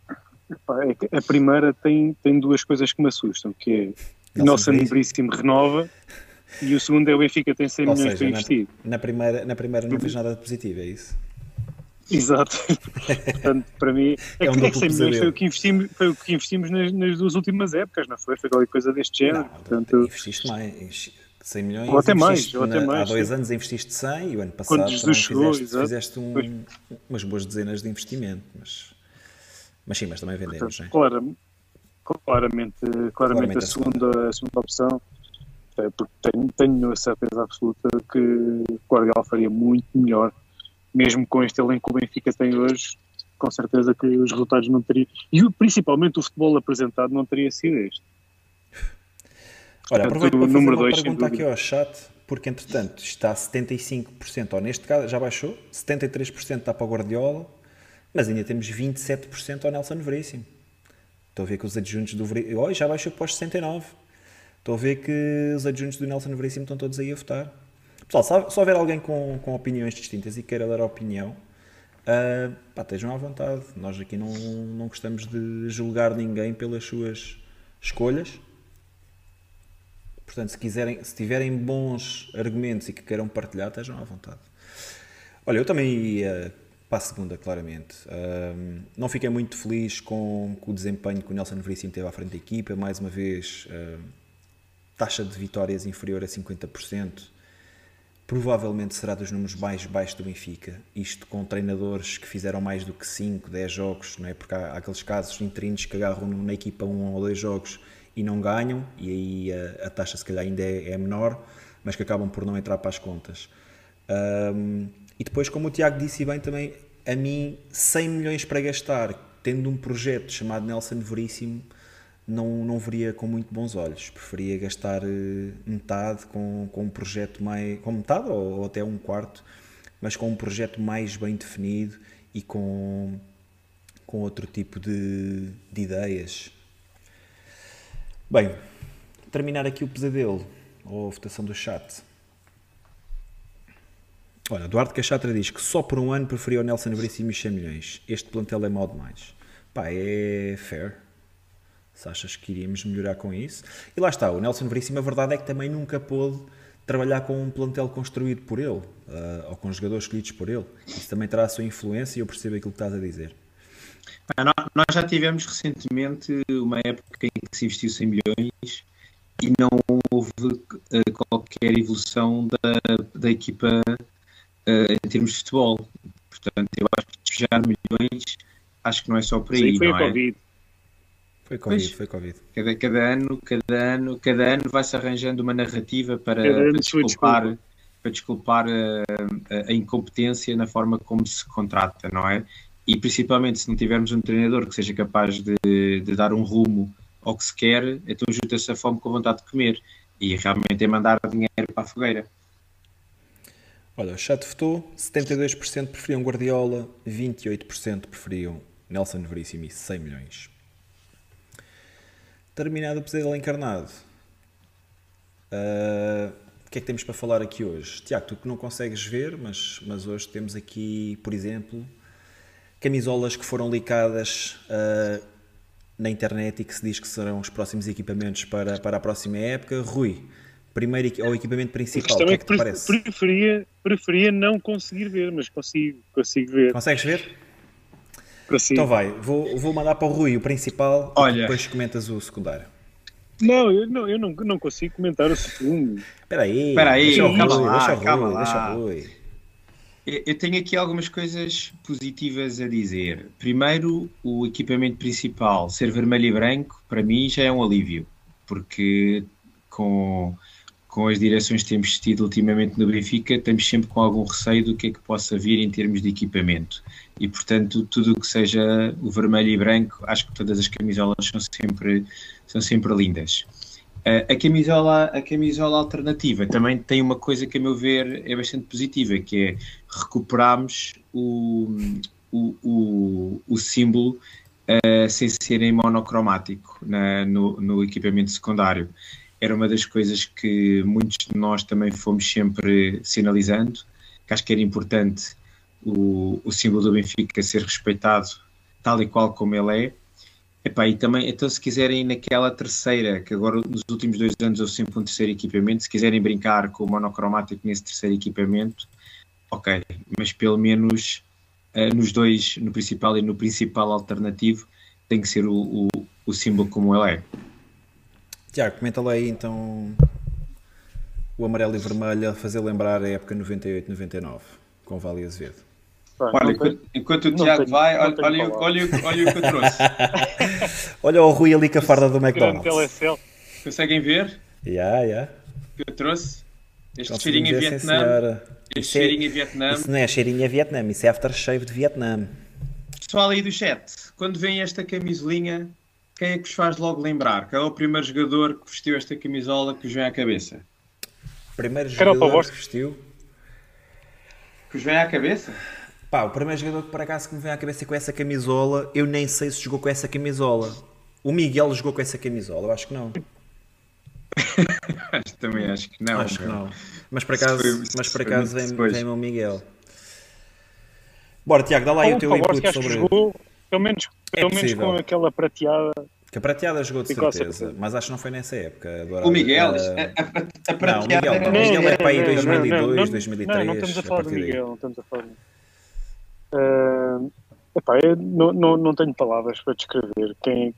Pá, é que a primeira tem duas coisas que me assustam, que é Nelson Veríssimo renova, e o segundo é o Benfica tem 100 milhões para investir. Na primeira não fez nada de positivo, é isso? Exato. Portanto, para mim, é que 100 milhões foi o que investimos nas duas últimas épocas, não foi? Foi qualquer coisa deste género. Não, portanto, investiste mais. 100 milhões, ou até mais. Há 2 anos investiste 100 e o ano passado fizeste umas boas dezenas de investimento, mas sim, mas também vendemos, portanto, não é? Claramente a segunda opção, porque tenho a certeza absoluta que Guardiola faria muito melhor, mesmo com este elenco que o Benfica tem hoje, com certeza que os resultados não teriam, e principalmente o futebol apresentado não teria sido este. Olha, aproveito para fazer uma pergunta aqui ao chat, porque entretanto está a 75%, ou neste caso já baixou, 73% está para o Guardiola, mas ainda temos 27% ao Nelson Veríssimo. Estou a ver que os adjuntos do Veríssimo, já baixou para os 69%. Estou a ver que os adjuntos do Nelson Veríssimo estão todos aí a votar. Pessoal, se houver alguém com opiniões distintas e queira dar a opinião, estejam à vontade. Nós aqui não gostamos de julgar ninguém pelas suas escolhas. Portanto, se tiverem bons argumentos e que queiram partilhar, estejam à vontade. Olha, eu também ia para a segunda, claramente. Não fiquei muito feliz com o desempenho que o Nelson Veríssimo teve à frente da equipa. Mais uma vez, taxa de vitórias inferior a 50%. Provavelmente será dos números mais baixos do Benfica. Isto com treinadores que fizeram mais do que 5, 10 jogos, não é? Porque há aqueles casos interinos que agarram na equipa 1 ou 2 jogos e não ganham, e aí a taxa se calhar ainda é menor, mas que acabam por não entrar para as contas. E depois, como o Tiago disse bem também, a mim 100 milhões para gastar, tendo um projeto chamado Nelson Veríssimo, não veria com muito bons olhos. Preferia gastar metade com um projeto mais... com metade ou até um quarto, mas com um projeto mais bem definido e com outro tipo de ideias. Bem, terminar aqui o pesadelo, ou a votação do chat. Olha, Eduardo Cachatra diz que só por um ano preferia o Nelson Veríssimo e 100 milhões. Este plantel é mau demais. Pá, é fair. Se achas que iríamos melhorar com isso? E lá está, o Nelson Veríssimo, a verdade é que também nunca pôde trabalhar com um plantel construído por ele, ou com jogadores escolhidos por ele. Isso também terá a sua influência e eu percebo aquilo que estás a dizer. Nós já tivemos recentemente uma época em que se investiu 100 milhões e não houve qualquer evolução da equipa em termos de futebol. Portanto, eu acho que despejar milhões, acho que não é só por aí, foi não a Covid. Foi Covid. Cada ano vai-se arranjando uma narrativa para desculpar a incompetência na forma como se contrata, não é? E principalmente se não tivermos um treinador que seja capaz de dar um rumo ao que se quer, então junta-se a fome com a vontade de comer. E realmente é mandar dinheiro para a fogueira. Olha, o chat votou, 72% preferiam Guardiola, 28% preferiam Nelson Veríssimo e 100 milhões. Terminado o pesadelo encarnado. O que é que temos para falar aqui hoje? Tiago, tu que não consegues ver, mas hoje temos aqui, por exemplo, camisolas que foram licadas na internet e que se diz que serão os próximos equipamentos para a próxima época. Rui, primeiro ao equipamento principal, o que é que te parece? Preferia não conseguir ver, mas consigo ver. Consegues ver? Consigo. Então vai, vou mandar para o Rui o principal e depois comentas o secundário. Não, eu não consigo comentar o segundo. Espera aí, calma lá. Eu tenho aqui algumas coisas positivas a dizer. Primeiro, o equipamento principal ser vermelho e branco, para mim já é um alívio, porque com as direções que temos tido ultimamente no Benfica, estamos sempre com algum receio do que é que possa vir em termos de equipamento. E, portanto, tudo o que seja o vermelho e branco, acho que todas as camisolas são sempre lindas. A camisola alternativa também tem uma coisa que, a meu ver, é bastante positiva, que é recuperarmos o símbolo sem ser em monocromático no equipamento secundário. Era uma das coisas que muitos de nós também fomos sempre sinalizando, que acho que era importante o símbolo do Benfica ser respeitado tal e qual como ele é, Epá, e também, então se quiserem naquela terceira, que agora nos últimos 2 anos houve sempre um terceiro equipamento, se quiserem brincar com o monocromático nesse terceiro equipamento, ok, mas pelo menos nos dois, no principal e no principal alternativo, tem que ser o símbolo como ele é. Tiago, comenta lá aí então o amarelo e vermelho a fazer lembrar a época 98-99 com Vale e Azevedo. Olha, enquanto o Tiago vai, olha o que eu trouxe. Olha o Rui ali com a farda do McDonald's. Conseguem ver? Yeah. O que eu trouxe? Este cheirinho em Vietnã. Este cheirinho em Vietnã. Isso não é cheirinho em Vietnã, isso é aftershave de Vietnã. Pessoal aí do chat, quando vem esta camisolinha, quem é que vos faz logo lembrar? Quem é o primeiro jogador que vestiu esta camisola que vos vem à cabeça? Primeiro jogador que vestiu? Que vos vem à cabeça? Pá, o primeiro jogador que por acaso que me vem à cabeça com essa camisola, eu nem sei se jogou com essa camisola. O Miguel jogou com essa camisola, eu acho que não. Também acho que não. Acho que não. Mas por acaso vem o Miguel. Bora, Tiago, dá lá aí o teu input sobre... Jogou, pelo menos com aquela prateada. Que a prateada jogou de certeza, mas acho que não foi nessa época. Agora, o Miguel, a prateada... O Miguel é para aí 2002, 2003. Não estamos a falar do Miguel, não estamos a falar epá, eu não tenho palavras para descrever quem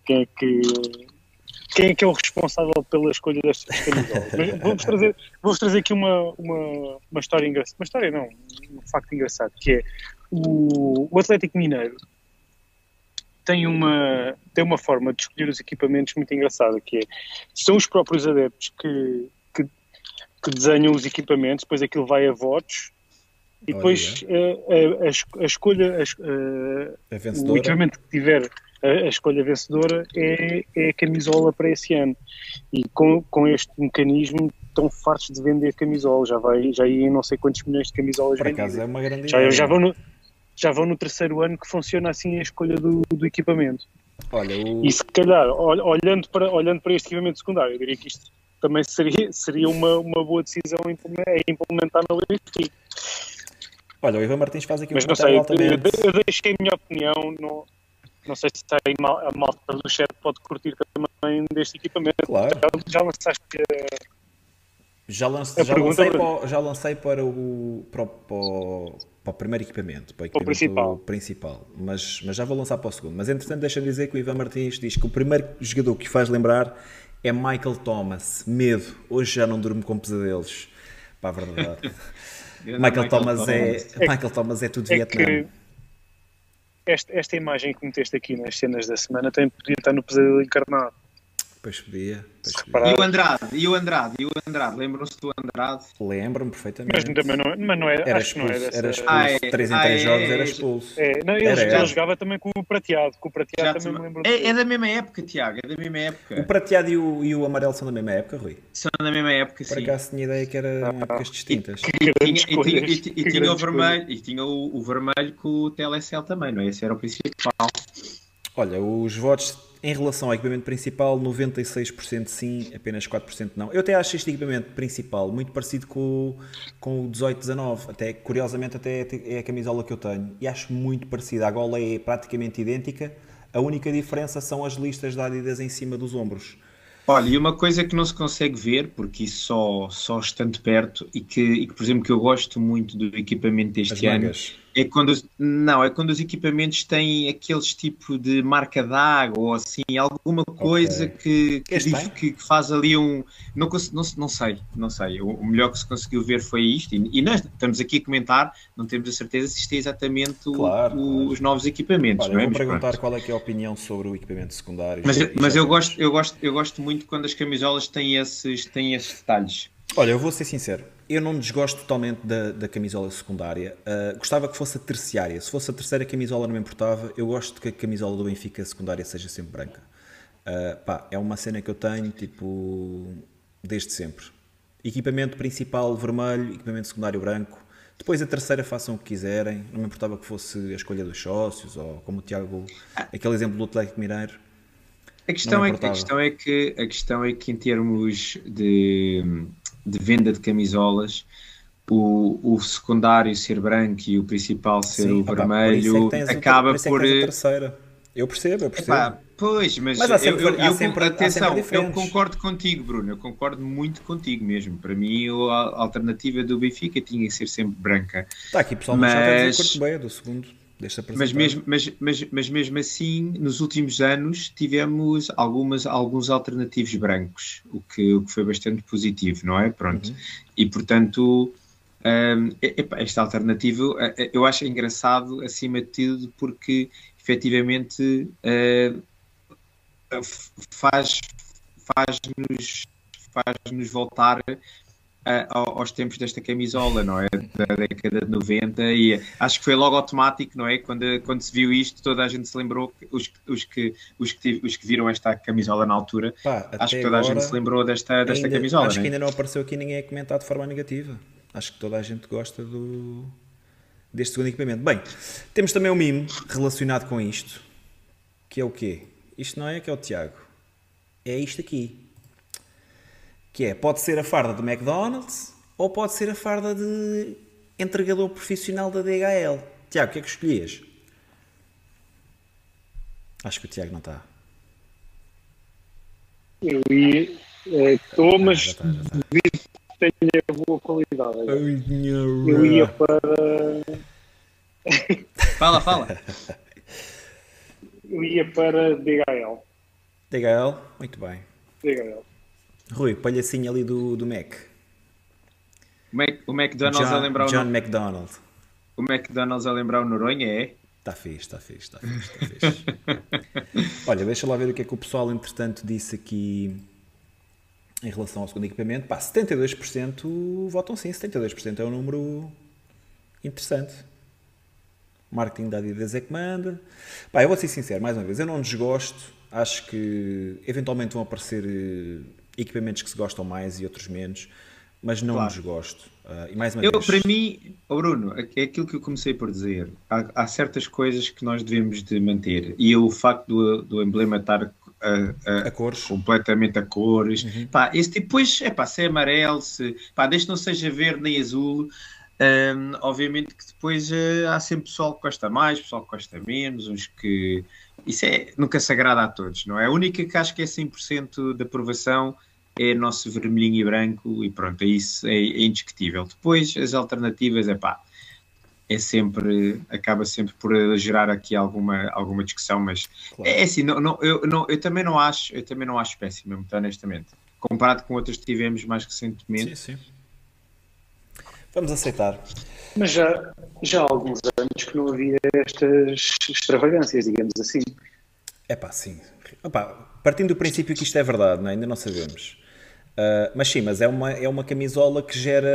é que é o responsável pela escolha destas camisolas. Mas vou-vos trazer aqui uma história engraçada. Uma história não, um facto engraçado, que é o Atlético Mineiro tem uma forma de escolher os equipamentos muito engraçada, que é, são os próprios adeptos que desenham os equipamentos, depois aquilo vai a votos, e depois a escolha, o equipamento que tiver a escolha vencedora é a camisola para esse ano. E com este mecanismo estão fartos de vender camisolas. Já ia em não sei quantos milhões de camisolas vendidas. Por acaso é uma grande ideia. Já vão no terceiro ano que funciona assim a escolha do equipamento. Olha, E se calhar, olhando para este equipamento secundário, eu diria que isto também seria uma boa decisão a implementar na Benfica. Olha, o Ivan Martins faz aqui um comentário altamente. Eu deixei a minha opinião, não sei se está aí a malta do chat pode curtir também deste equipamento. Claro. Já lançaste já lancei para o primeiro equipamento, para o equipamento principal. Mas já vou lançar para o segundo. Mas entretanto deixa-me dizer que o Ivan Martins diz que o primeiro jogador que faz lembrar é Michael Thomas. Medo. Hoje já não durmo com pesadelos. Pá, a verdade. Michael Thomas é tudo Vietnã. Esta imagem que meteste aqui nas cenas da semana podia estar no Pesadelo Encarnado. Pois podia. E o Andrade? Lembram-se do Andrade? Lembro-me perfeitamente. Mas não era expulso. Era expulso. 3 em 3 jogos era expulso. Ele jogava também com o Prateado. Com o Prateado também me lembro. É da mesma época, Tiago. É da mesma época. O Prateado e o Amarelo são da mesma época, Rui? São da mesma época, sim. Por acaso tinha ideia que eram épocas distintas. E tinha o vermelho. E tinha o vermelho com o Telecel também, não é? Esse era o principal. Olha, os votos em relação ao equipamento principal, 96% sim, apenas 4% não. Eu até acho este equipamento principal muito parecido com o 18-19, até curiosamente até é a camisola que eu tenho, e acho muito parecido. A gola é praticamente idêntica, a única diferença são as listas da Adidas em cima dos ombros. Olha, e uma coisa que não se consegue ver, porque isso só estando perto, e que, por exemplo, que eu gosto muito do equipamento deste ano, é quando os equipamentos têm aqueles tipo de marca d'água ou assim, alguma coisa que faz ali um... Não sei. O melhor que se conseguiu ver foi isto, e nós estamos aqui a comentar, não temos a certeza se isto é exatamente os novos equipamentos. Olha, não é? Eu vou perguntar qual é que é a opinião sobre o equipamento secundário. Mas eu gosto muito quando as camisolas têm esses detalhes. Olha, eu vou ser sincero, eu não desgosto totalmente da camisola secundária, gostava que fosse a terciária. Se fosse a terceira camisola não me importava. Eu gosto que a camisola do Benfica secundária seja sempre branca. É uma cena que eu tenho tipo desde sempre. Equipamento principal vermelho, equipamento secundário branco. Depois a terceira façam o que quiserem, não me importava que fosse a escolha dos sócios, ou como o Tiago, aquele exemplo do Atlético Mineiro. A questão é que em termos de venda de camisolas, o secundário ser branco e o principal ser o vermelho acaba por... a terceira. Eu percebo. Pois, mas Mas há sempre, há eu, sempre, há sempre atenção, eu diferentes. concordo contigo, Bruno, eu concordo muito contigo mesmo. Para mim, a alternativa do Benfica tinha que ser sempre branca. Está aqui pessoal no chat a dizer que curto Mas, bem do segundo. Deixa mas, apresentar. mesmo, mas mesmo assim, nos últimos anos, tivemos alguns alternativos brancos, o que foi bastante positivo, não é? Pronto. E, portanto, esta alternativa eu acho engraçado, acima de tudo, porque, efetivamente, faz, faz-nos faz-nos voltar aos tempos desta camisola, não é? Da década de 90, e acho que foi logo automático, não é? Quando se viu isto, toda a gente se lembrou, os que viram esta camisola na altura, Pá, acho até que toda a gente agora se lembrou desta camisola, acho não que é? ainda não apareceu aqui ninguém a comentar de forma negativa. Acho que toda a gente gosta deste segundo equipamento. Bem, temos também um mimo relacionado com isto, que é o quê? Isto não é que é o Tiago. É isto aqui. Que é, pode ser a farda do McDonald's ou pode ser a farda de entregador profissional da DHL. Tiago, o que é que escolhias? Acho que o Tiago não está. Eu ia. Estou, mas Já está. devido que tenha boa qualidade. Eu ia para. Fala. Eu ia para DHL. DHL? Muito bem. DHL. Rui, palhacinho ali do Mac. O McDonald's a lembrar John McDonald. o McDonald's a lembrar o Noronha, é? Está fixe. Olha, deixa lá ver o que é que o pessoal, entretanto, disse aqui em relação ao segundo equipamento. Pá, 72% votam sim. 72% é um número interessante. O marketing da Adidas é que manda. Pá, eu vou ser sincero, mais uma vez, eu não desgosto. Acho que eventualmente vão aparecer equipamentos que se gostam mais e outros menos, mas não desgosto. E mais uma vez... Para mim, Bruno, é aquilo que eu comecei por dizer. Há certas coisas que nós devemos de manter. E o facto do emblema estar a cores. completamente a cores. Pá, esse tipo, depois, se é amarelo, desde que não seja verde nem azul. Obviamente que depois há sempre pessoal que gosta mais, pessoal que gosta menos, uns que... Isso nunca se agrada a todos, não é? A única que acho que é 100% de aprovação é nosso vermelhinho e branco, e pronto, isso é indiscutível. Depois as alternativas, acaba sempre por gerar aqui alguma discussão, mas claro. É assim, eu também não acho péssimo, muito honestamente. Comparado com outras que tivemos mais recentemente. Sim. Vamos aceitar. Mas já há alguns anos que não havia estas extravagâncias, digamos assim. Sim. Partindo do princípio que isto é verdade, não é? Ainda não sabemos. Mas sim, mas é uma camisola que gera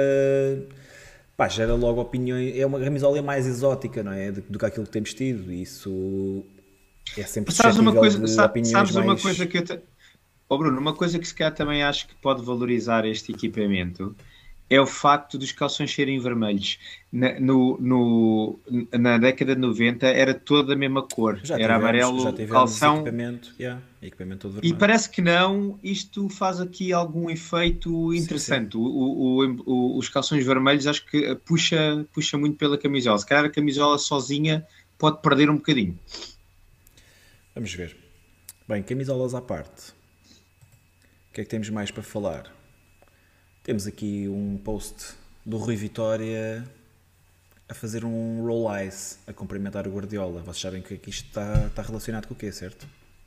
logo opiniões. É uma camisola mais exótica, não é? Do que aquilo que temos tido. E isso é sempre suscetível de opiniões sabes mais... uma coisa que Bruno, uma coisa que se calhar também acho que pode valorizar este equipamento é o facto dos calções serem vermelhos. Na década de 90 era toda a mesma cor. Era amarelo, calção. Equipamento todo vermelho. E parece que não, isto faz aqui algum efeito interessante. Sim. Os calções vermelhos acho que puxa muito pela camisola. Se calhar a camisola sozinha pode perder um bocadinho. Vamos ver. Bem, camisolas à parte. O que é que temos mais para falar? Temos aqui um post do Rui Vitória a fazer um roll eyes, a cumprimentar o Guardiola. Vocês sabem que isto está relacionado com o quê, certo?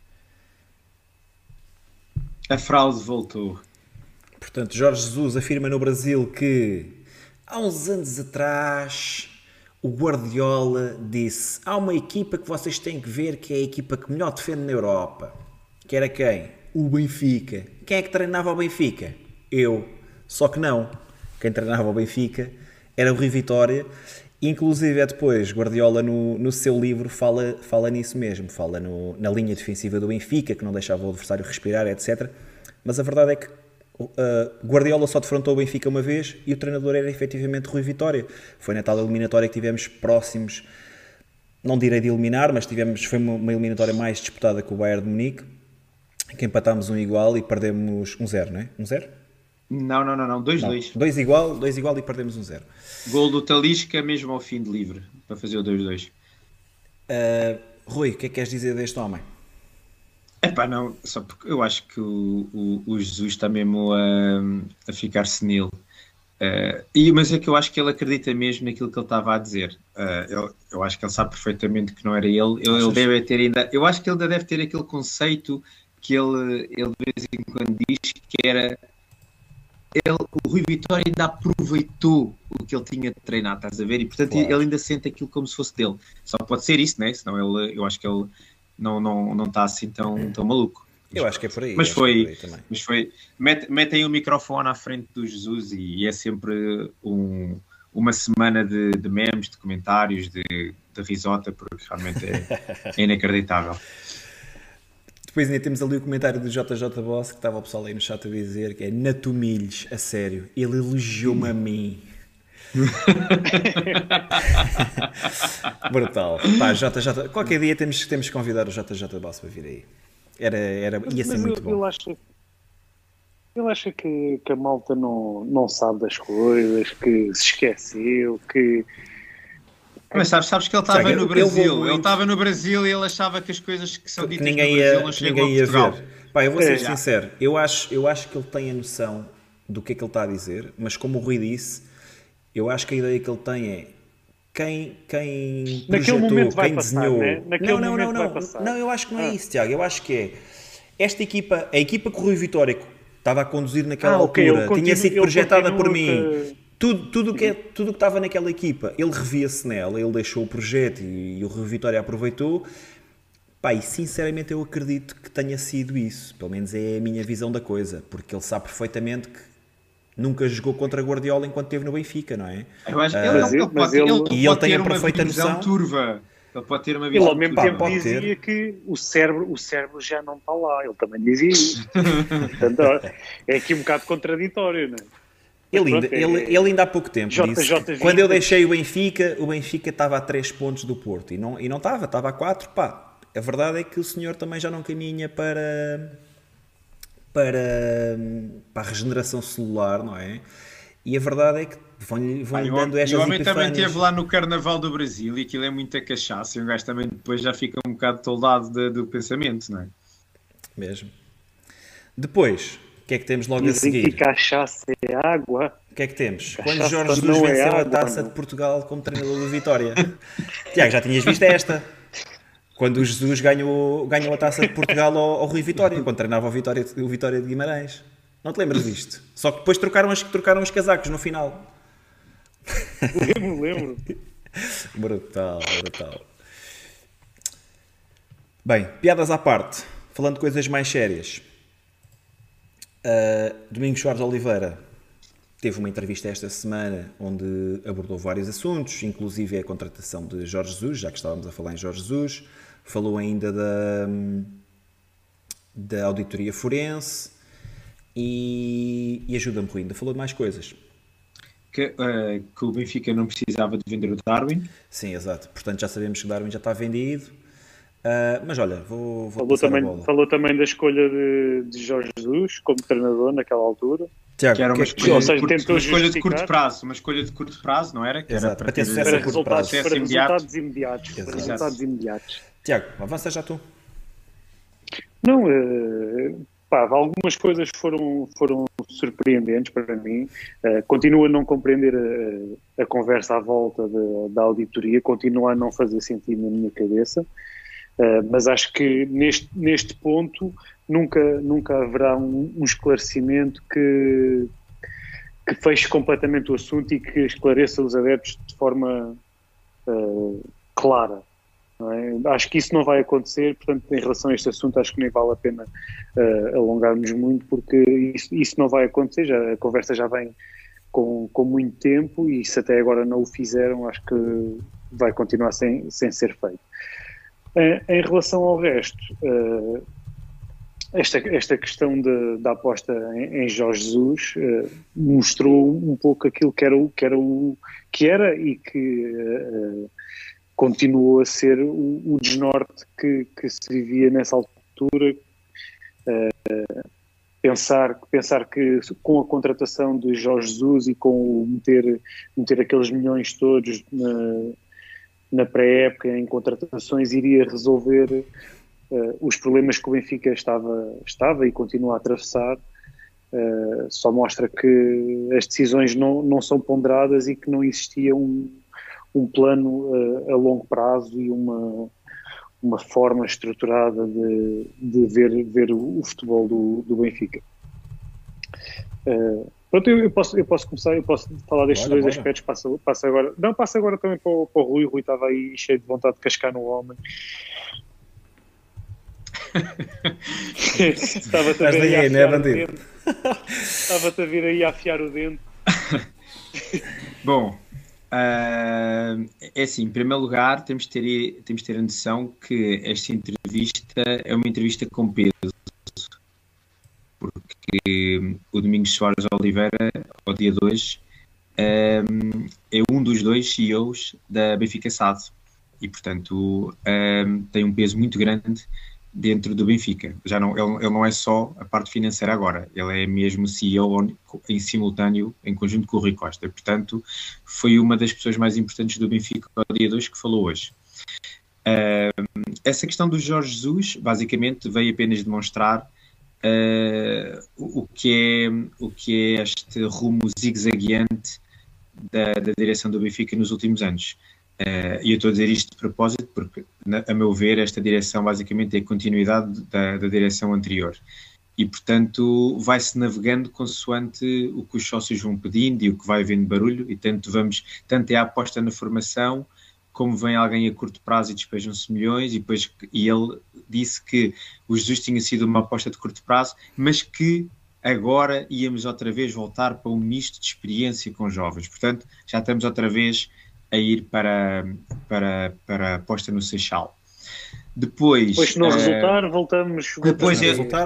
A fraude voltou. Portanto, Jorge Jesus afirma no Brasil que há uns anos atrás o Guardiola disse: há uma equipa que vocês têm que ver que é a equipa que melhor defende na Europa. Que era quem? O Benfica. Quem é que treinava o Benfica? Eu. Só que não. Quem treinava o Benfica era o Rui Vitória. Inclusive, depois, Guardiola, no seu livro, fala nisso mesmo. Fala na linha defensiva do Benfica, que não deixava o adversário respirar, etc. Mas a verdade é que Guardiola só defrontou o Benfica uma vez e o treinador era efetivamente Rui Vitória. Foi na tal eliminatória que tivemos próximos, não direi de eliminar, mas foi uma eliminatória mais disputada com o Bayern de Munique, que empatámos 1-1 e perdemos 1-0, não é? 1-0? Não, 2-2. 2-2 e perdemos 1-0. Gol do Talisca mesmo ao fim de livre, para fazer o 2-2. Rui, o que é que queres dizer deste homem? Epá, não, só porque eu acho que o Jesus está mesmo a ficar senil. Mas é que eu acho que ele acredita mesmo naquilo que ele estava a dizer. Eu acho que ele sabe perfeitamente que não era ele. Ele deve ter ainda. Eu acho que ele ainda deve ter aquele conceito que ele de vez em quando diz que era. O Rui Vitória ainda aproveitou o que ele tinha de treinar, estás a ver? E portanto Claro. ele ainda sente aquilo como se fosse dele. Só pode ser isso, né? Senão eu acho que ele não está assim tão maluco. Eu acho que é por aí. Mas acho que é foi, por aí também. mas foi. Metem o microfone à frente do Jesus e é sempre uma semana de memes, de comentários, de risota, porque realmente é inacreditável. Depois ainda temos ali o comentário do JJ Boss, que estava o pessoal aí no chat a dizer que é Natumilhos, a sério, ele elogiou-me a mim. Brutal. Pá, JJ, qualquer dia temos que convidar o JJ Boss para vir aí. Ia ser muito bom. Ele acha que a malta não sabe das coisas, que se esqueceu, que... Mas sabes que ele estava no Brasil. Ele estava no Brasil e ele achava que as coisas que são ditas no Brasil não chegam a Portugal. Ver. Pá, eu vou ser sincero. Eu acho que ele tem a noção do que é que ele está a dizer, mas como o Rui disse, eu acho que a ideia que ele tem é quem projetou, quem desenhou... Não, eu acho que não é isso, Tiago. Eu acho que é esta equipa, a equipa que o Rui Vitória estava a conduzir naquela altura, tinha sido projetada por mim... Tudo que estava naquela equipa, ele revia-se nela, ele deixou o projeto e o Rui Vitória aproveitou. Pá, e sinceramente eu acredito que tenha sido isso. Pelo menos é a minha visão da coisa, porque ele sabe perfeitamente que nunca jogou contra Guardiola enquanto esteve no Benfica, não é? Eu acho que ele tem a perfeita noção. Turva. Ele pode ter uma visão. Ele ao mesmo tempo dizia que o cérebro já não está lá. Ele também dizia isso. Portanto, é aqui um bocado contraditório, não é? Ele ainda há pouco tempo disse que quando eu deixei o Benfica estava a 3 pontos do Porto e não estava a 4. Pá, a verdade é que o senhor também já não caminha para a regeneração celular, não é? E a verdade é que vão-lhe dando estas epifânias. O homem também esteve lá no Carnaval do Brasil e aquilo é muita cachaça e um gajo também depois já fica um bocado toldado do pensamento, não é? Mesmo. Depois... O que é que temos logo a seguir? Que cachaça é água. O que é que temos? Quando Jorge Jesus venceu a Taça de Portugal como treinador do Vitória. Tiago, já tinhas visto esta? Quando o Jesus ganhou a Taça de Portugal ao Rui Vitória, quando treinava o Vitória de Guimarães. Não te lembras disto? Só que depois trocaram os casacos no final. Lembro. Brutal. Bem, piadas à parte. Falando de coisas mais sérias. Domingos Soares Oliveira teve uma entrevista esta semana onde abordou vários assuntos, inclusive a contratação de Jorge Jesus, já que estávamos a falar em Jorge Jesus. Falou ainda da auditoria forense e ajuda-me, Rui, ainda falou de mais coisas. Que o Benfica não precisava de vender o Darwin. Sim, exato. Portanto, já sabemos que o Darwin já está vendido. Mas olha, vou falou também da escolha de Jorge Jesus como treinador naquela altura. Tiago, que era uma escolha de curto prazo, não era? Que exato, era para ter sucesso a curto prazo. Para resultados imediatos. Tiago, avança já tu. Não, algumas coisas foram surpreendentes para mim. Continuo a não compreender a conversa à volta da auditoria, continua a não fazer sentido na minha cabeça. Mas acho que neste ponto nunca haverá um esclarecimento que feche completamente o assunto e que esclareça os adeptos de forma clara. Não é? Acho que isso não vai acontecer, portanto, em relação a este assunto, acho que nem vale a pena alongarmos muito, porque isso não vai acontecer. A conversa já vem com muito tempo e se até agora não o fizeram, acho que vai continuar sem ser feito. Em relação ao resto, esta questão da aposta em Jorge Jesus mostrou um pouco aquilo que era e que continuou a ser o desnorte que se vivia nessa altura. Pensar que com a contratação de Jorge Jesus e com o meter aqueles milhões todos na pré-época em contratações iria resolver os problemas que o Benfica estava e continua a atravessar, só mostra que as decisões não são ponderadas e que não existia um plano a longo prazo e uma forma estruturada de ver o futebol do Benfica. Pronto, eu posso começar, eu posso falar destes dois aspectos. Passa agora também para o Rui. O Rui estava aí cheio de vontade de cascar no homem. Estava-te a vir aí a afiar o dente. Estava-te a vir aí a afiar o dente. Bom, é assim, em primeiro lugar temos de ter a noção que esta entrevista é uma entrevista com peso, porque o Domingos Soares Oliveira, ao dia 2, é um dos dois CEOs da Benfica SAD e, portanto, tem um peso muito grande dentro do Benfica. Ele não é só a parte financeira agora, ele é mesmo CEO em simultâneo, em conjunto com o Rui Costa. Portanto, foi uma das pessoas mais importantes do Benfica ao dia 2 que falou hoje. Essa questão do Jorge Jesus, basicamente, veio apenas demonstrar o que é este rumo zigue-zagueante da direção do Benfica nos últimos anos. E eu estou a dizer isto de propósito porque, a meu ver, esta direção basicamente é a continuidade da direção anterior. E, portanto, vai-se navegando consoante o que os sócios vão pedindo e o que vai havendo barulho, e tanto é a aposta na formação, como vem alguém a curto prazo e despejam-se milhões, e ele disse que o Jesus tinha sido uma aposta de curto prazo, mas que agora íamos outra vez voltar para um misto de experiência com jovens. Portanto, já estamos outra vez a ir para a aposta no Seixal. Depois, se não resultar, voltamos. Depois,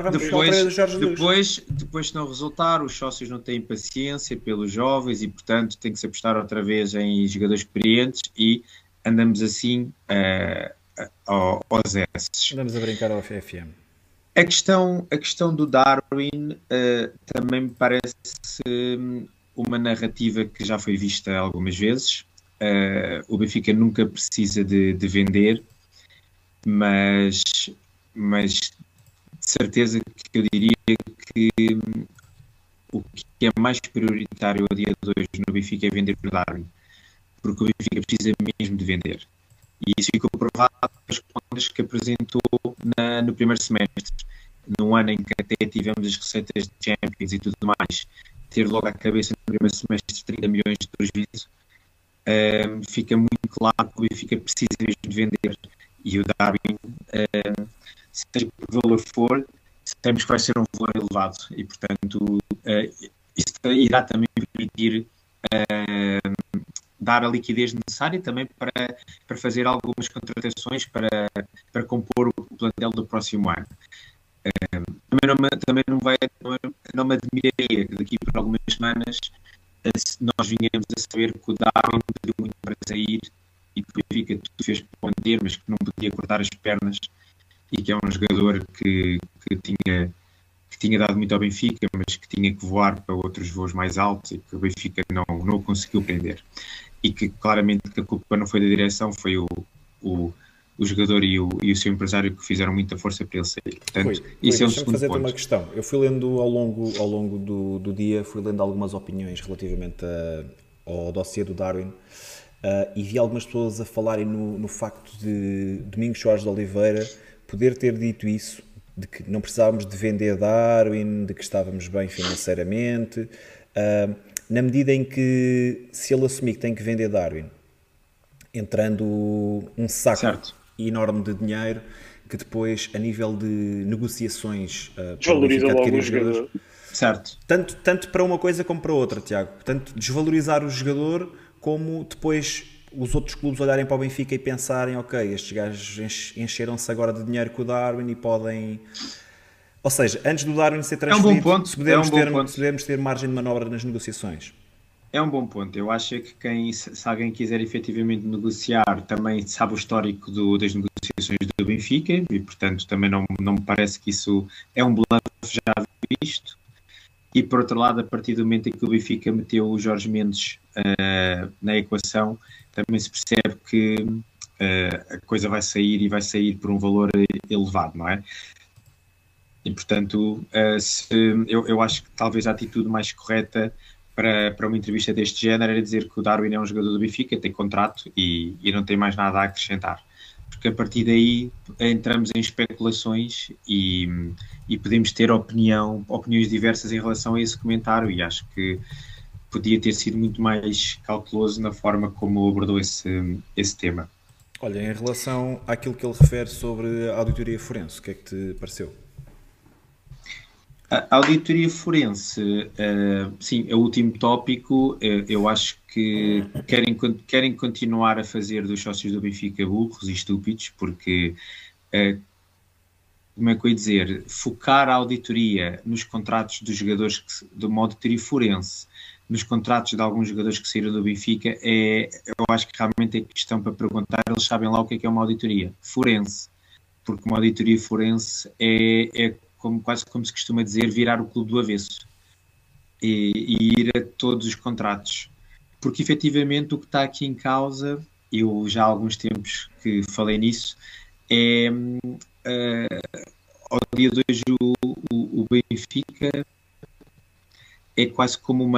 se não resultar, os sócios não têm paciência pelos jovens e, portanto, tem que se apostar outra vez em jogadores experientes e andamos assim aos S. Andamos a brincar ao FM. A questão do Darwin também me parece uma narrativa que já foi vista algumas vezes. O Benfica nunca precisa de vender, mas de certeza que eu diria que o que é mais prioritário ao dia 2 no Benfica é vender o Darwin, porque o Benfica precisa mesmo de vender. E isso ficou provado pelas contas que apresentou no primeiro semestre, num ano em que até tivemos as receitas de Champions e tudo mais, ter logo à cabeça no primeiro semestre 30 milhões de prejuízo. Fica muito claro que o Benfica precisa mesmo de vender, e o Darwin, seja por valor for, sabemos que vai ser um valor elevado e, portanto, isso irá também permitir dar a liquidez necessária também para fazer algumas contratações para compor o plantel do próximo ano. Também não me admiraria que daqui por algumas semanas nós vinhamos a saber que o Darwin pediu muito para sair e que o Benfica tudo fez para manter, mas que não podia cortar as pernas, e que é um jogador que tinha dado muito ao Benfica, mas que tinha que voar para outros voos mais altos e que o Benfica não o conseguiu prender. E que claramente que a culpa não foi da direção, foi o jogador e o seu empresário que fizeram muita força para ele sair. Portanto, isso é um segundo ponto. Uma questão. Eu fui lendo ao longo do dia, fui lendo algumas opiniões relativamente ao dossiê do Darwin, e vi algumas pessoas a falarem no facto de Domingos Soares de Oliveira poder ter dito isso, de que não precisávamos de vender Darwin, de que estávamos bem financeiramente, na medida em que, se ele assumir que tem que vender Darwin, entrando um saco enorme de dinheiro, que depois, a nível de negociações, desvaloriza logo o jogador. Certo. Tanto para uma coisa como para outra, Tiago. Tanto desvalorizar o jogador, como depois os outros clubes olharem para o Benfica e pensarem, ok, estes gajos encheram-se agora de dinheiro com o Darwin e podem... Ou seja, antes do Darwin ser transferido, é um bom ponto. Se pudermos ter margem de manobra nas negociações. É um bom ponto. Eu acho que se alguém quiser efetivamente negociar, também sabe o histórico das negociações do Benfica e, portanto, também não me parece que isso é um bluff já visto. E, por outro lado, a partir do momento em que o Benfica meteu o Jorge Mendes na equação, também se percebe que a coisa vai sair, e vai sair por um valor elevado, não é? E, portanto, eu acho que talvez a atitude mais correta para uma entrevista deste género era dizer que o Darwin é um jogador do Benfica, tem contrato e não tem mais nada a acrescentar. Porque a partir daí entramos em especulações e podemos ter opiniões diversas em relação a esse comentário, e acho que podia ter sido muito mais cauteloso na forma como abordou esse tema. Olha, em relação àquilo que ele refere sobre a auditoria forense, o que é que te pareceu? A auditoria forense, sim, é o último tópico. Eu acho que querem continuar a fazer dos sócios do Benfica burros e estúpidos, porque, como é que eu ia dizer, focar a auditoria nos contratos dos jogadores, de uma auditoria forense, nos contratos de alguns jogadores que saíram do Benfica, eu acho que realmente é questão para perguntar, eles sabem lá o que é uma auditoria forense, porque uma auditoria forense é quase como se costuma dizer, virar o clube do avesso e ir a todos os contratos. Porque efetivamente o que está aqui em causa, eu já há alguns tempos que falei nisso, ao dia de hoje o Benfica é quase como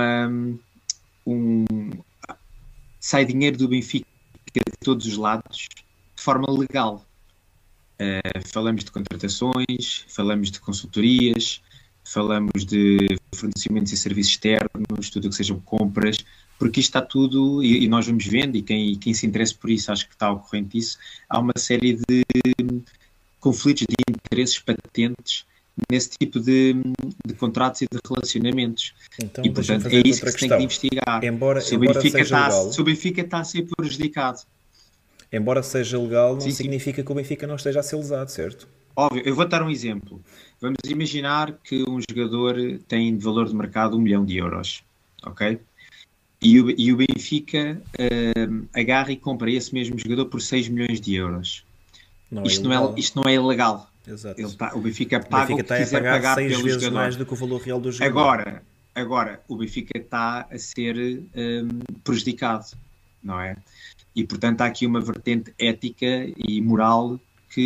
sai dinheiro do Benfica de todos os lados de forma legal. Falamos de contratações, falamos de consultorias, falamos de fornecimentos e serviços externos, tudo o que sejam compras, porque isto está tudo, e nós vamos vendo, e quem se interessa por isso, acho que está ao corrente disso, há uma série de conflitos de interesses patentes nesse tipo de contratos e de relacionamentos. Então, e, portanto, é isso que se tem que investigar. Se o Benfica está a ser prejudicado. Embora seja legal, não significa que o Benfica não esteja a ser lesado, certo? Óbvio, eu vou dar um exemplo. Vamos imaginar que um jogador tem de valor de mercado 1 milhão de euros, ok? E o Benfica agarra e compra esse mesmo jogador por 6 milhões de euros. Isto não é ilegal. Exato. O Benfica paga o que quiser pagar 6 pelo vezes jogador. mais do que o valor real do jogador. Agora, o Benfica está a ser prejudicado, não é? E, portanto, há aqui uma vertente ética e moral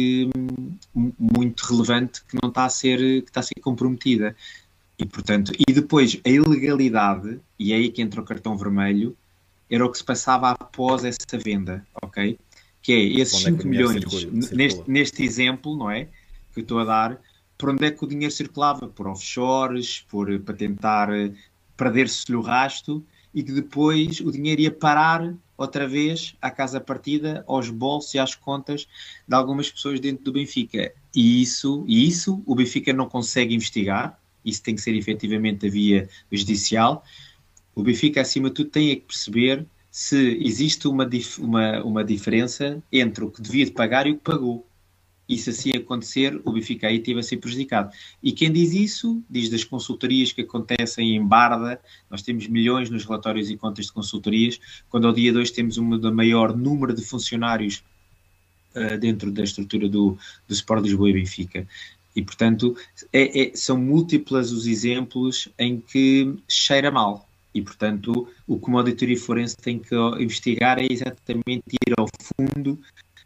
muito relevante que não está a ser comprometida. E, portanto, e depois a ilegalidade, e é aí que entra o cartão vermelho, era o que se passava após essa venda, ok? Que é esses 5 milhões, neste exemplo, não é? Que eu estou a dar, por onde é que o dinheiro circulava? Por offshores, para tentar perder-se-lhe o rasto, e que depois o dinheiro ia parar outra vez à casa partida, aos bolsos e às contas de algumas pessoas dentro do Benfica. E isso o Benfica não consegue investigar, isso tem que ser efetivamente a via judicial. O Benfica, acima de tudo, tem que perceber se existe uma diferença entre o que devia de pagar e o que pagou. E se assim acontecer, o Benfica aí teve a ser prejudicado. E quem diz isso, diz das consultorias que acontecem em Barda. Nós temos milhões nos relatórios e contas de consultorias, quando ao dia de hoje temos um maior número de funcionários dentro da estrutura do Sport Lisboa e Benfica. E, portanto, são múltiplos os exemplos em que cheira mal. E, portanto, o que uma auditoria forense tem que investigar é exatamente ir ao fundo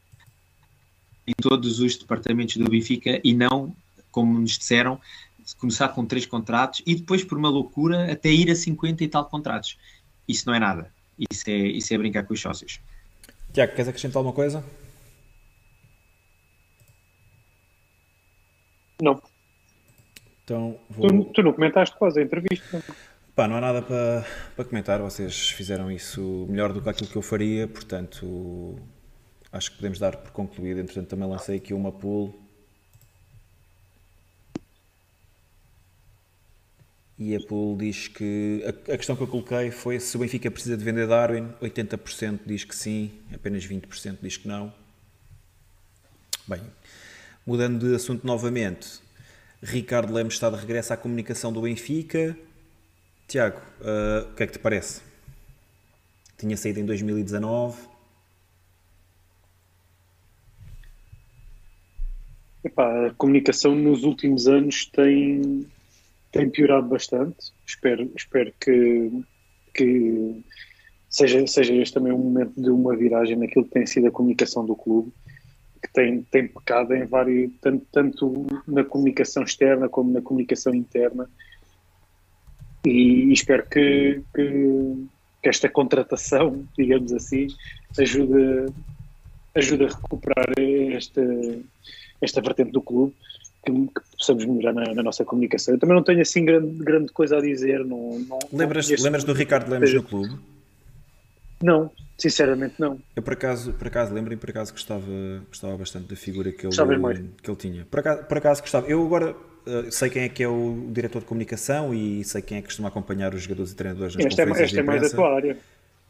em todos os departamentos do Benfica e não, como nos disseram, começar com 3 contratos e depois, por uma loucura, até ir a 50 e tal contratos. Isso não é nada. Isso é brincar com os sócios. Tiago, queres acrescentar alguma coisa? Não. Então, tu não comentaste quase a entrevista. Pá, não há nada para comentar. Vocês fizeram isso melhor do que aquilo que eu faria, portanto, acho que podemos dar por concluído. Entretanto, também lancei aqui uma pool. E a pool diz que... A questão que eu coloquei foi se o Benfica precisa de vender Darwin. 80% diz que sim, apenas 20% diz que não. Bem, mudando de assunto novamente, Ricardo Lemos está de regresso à comunicação do Benfica. Tiago, o que é que te parece? Tinha saído em 2019. Epá, a comunicação nos últimos anos tem piorado bastante. Espero que seja este também um momento de uma viragem naquilo que tem sido a comunicação do clube. que tem pecado em vários, tanto na comunicação externa como na comunicação interna, e espero que esta contratação, digamos assim, ajude a recuperar esta vertente do clube, que possamos melhorar na nossa comunicação. Eu também não tenho assim grande coisa a dizer. Lembras do Ricardo Lemos no clube? Não, sinceramente não. Eu por acaso lembro-me que gostava bastante da figura que ele tinha. Por acaso gostava. Eu agora sei quem é que é o diretor de comunicação e sei quem é que costuma acompanhar os jogadores e treinadores nas conferências de imprensa. Esta é mais da tua área.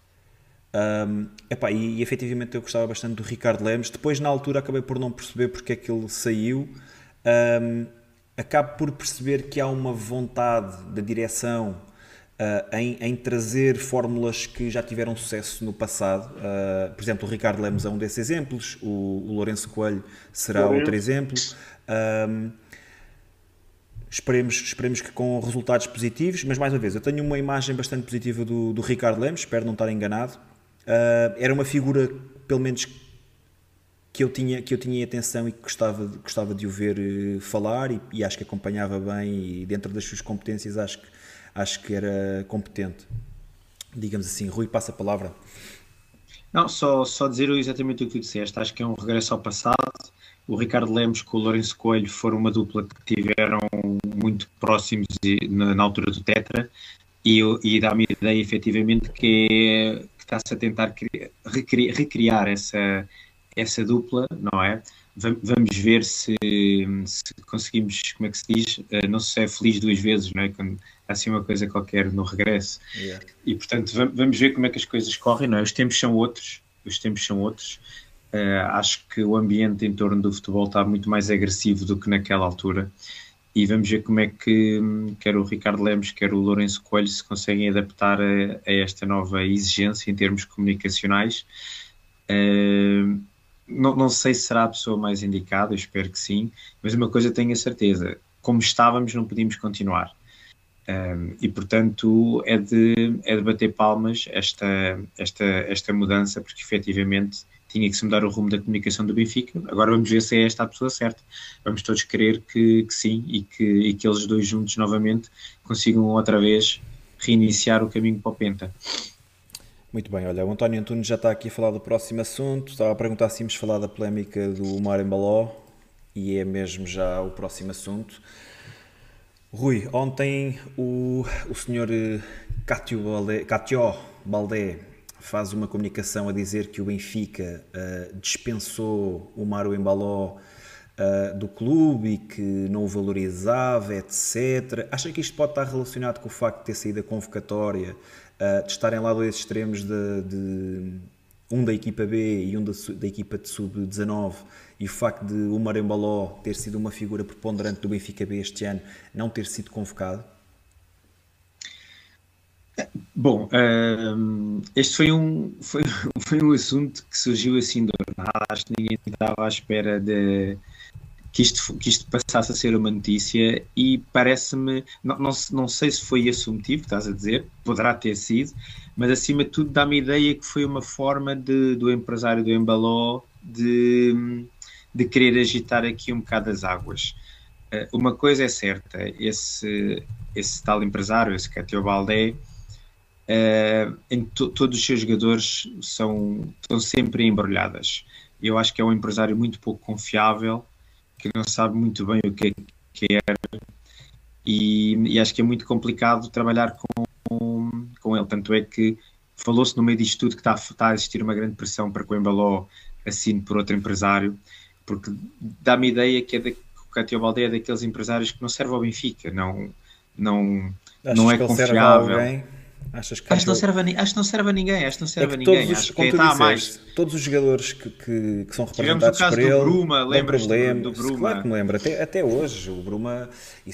E efetivamente eu gostava bastante do Ricardo Lemos. Depois, na altura, acabei por não perceber porque é que ele saiu. Acabo por perceber que há uma vontade da direção em trazer fórmulas que já tiveram sucesso no passado. Por exemplo, o Ricardo Lemos é um desses exemplos, o Lourenço Coelho será outro exemplo. Esperemos que com resultados positivos, mas mais uma vez, eu tenho uma imagem bastante positiva do Ricardo Lemos, espero não estar enganado. Era uma figura, pelo menos, que eu tinha atenção e que gostava de o ver falar e acho que acompanhava bem e dentro das suas competências acho que era competente. Digamos assim. Rui, passa a palavra. Não, só dizer exatamente o que disseste. Acho que é um regresso ao passado. O Ricardo Lemos com o Lourenço Coelho foram uma dupla que tiveram muito próximos na altura do Tetra e dá-me a ideia efetivamente que está-se a tentar recriar essa dupla, não é? Vamos ver se conseguimos, como é que se diz? Não se é feliz duas vezes, não é? Quando há assim uma coisa qualquer no regresso. Yeah. E, portanto, vamos ver como é que as coisas correm, não é? Os tempos são outros. Acho que o ambiente em torno do futebol está muito mais agressivo do que naquela altura. E vamos ver como é que quer o Ricardo Lemos, quer o Lourenço Coelho se conseguem adaptar a esta nova exigência em termos comunicacionais. Não sei se será a pessoa mais indicada, eu espero que sim, mas uma coisa tenho a certeza, como estávamos não podíamos continuar. E portanto é de bater palmas esta mudança, porque efetivamente tinha que se mudar o rumo da comunicação do Benfica. Agora vamos ver se é esta a pessoa certa. Vamos todos querer que sim e que eles dois juntos novamente consigam outra vez reiniciar o caminho para o Penta. Muito bem, olha, o António Antunes já está aqui a falar do próximo assunto. Estava a perguntar se íamos falar da polémica do Mário Embaló e é mesmo já o próximo assunto. Rui, ontem o senhor Cátio Baldé faz uma comunicação a dizer que o Benfica dispensou o Mário Embaló do clube e que não o valorizava, etc. Acha que isto pode estar relacionado com o facto de ter saído a convocatória, de estarem lá dois extremos, um da equipa B e um da equipa de sub-19, e o facto de o Mário Embaló ter sido uma figura preponderante do Benfica B este ano não ter sido convocado? Bom, este foi um assunto que surgiu assim do nada. Acho que ninguém estava à espera que isto passasse a ser uma notícia e parece-me, não sei se foi esse o motivo que estás a dizer, poderá ter sido, mas acima de tudo dá-me a ideia que foi uma forma do empresário do Embaló de querer agitar aqui um bocado as águas. Uma coisa é certa, esse tal empresário, esse Cátio Baldé, todos os seus jogadores estão sempre embrulhadas. Eu acho que é um empresário muito pouco confiável, que não sabe muito bem o que é que quer, e acho que é muito complicado trabalhar com ele. Tanto é que falou-se no meio disto tudo que está a existir uma grande pressão para que o Embaló assine por outro empresário, porque dá-me a ideia que o Cátio Baldé é daqueles empresários que não serve ao Benfica, não é confiável. Acho que não serve a ninguém. Todos os jogadores que são tivemos representados o caso por ele do Bruma, lembras do Bruma? Claro que me lembro, até hoje o Bruma...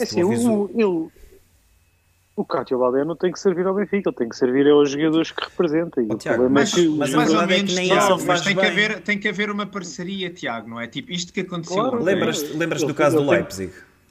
O Cátio Baldé não tem que servir ao Benfica, ele tem que servir aos jogadores que representa. Tiago, mas mais ou menos, mas tem que haver uma parceria, Tiago, não é? Tipo, isto que aconteceu. Claro, lembras do caso do Leipzig?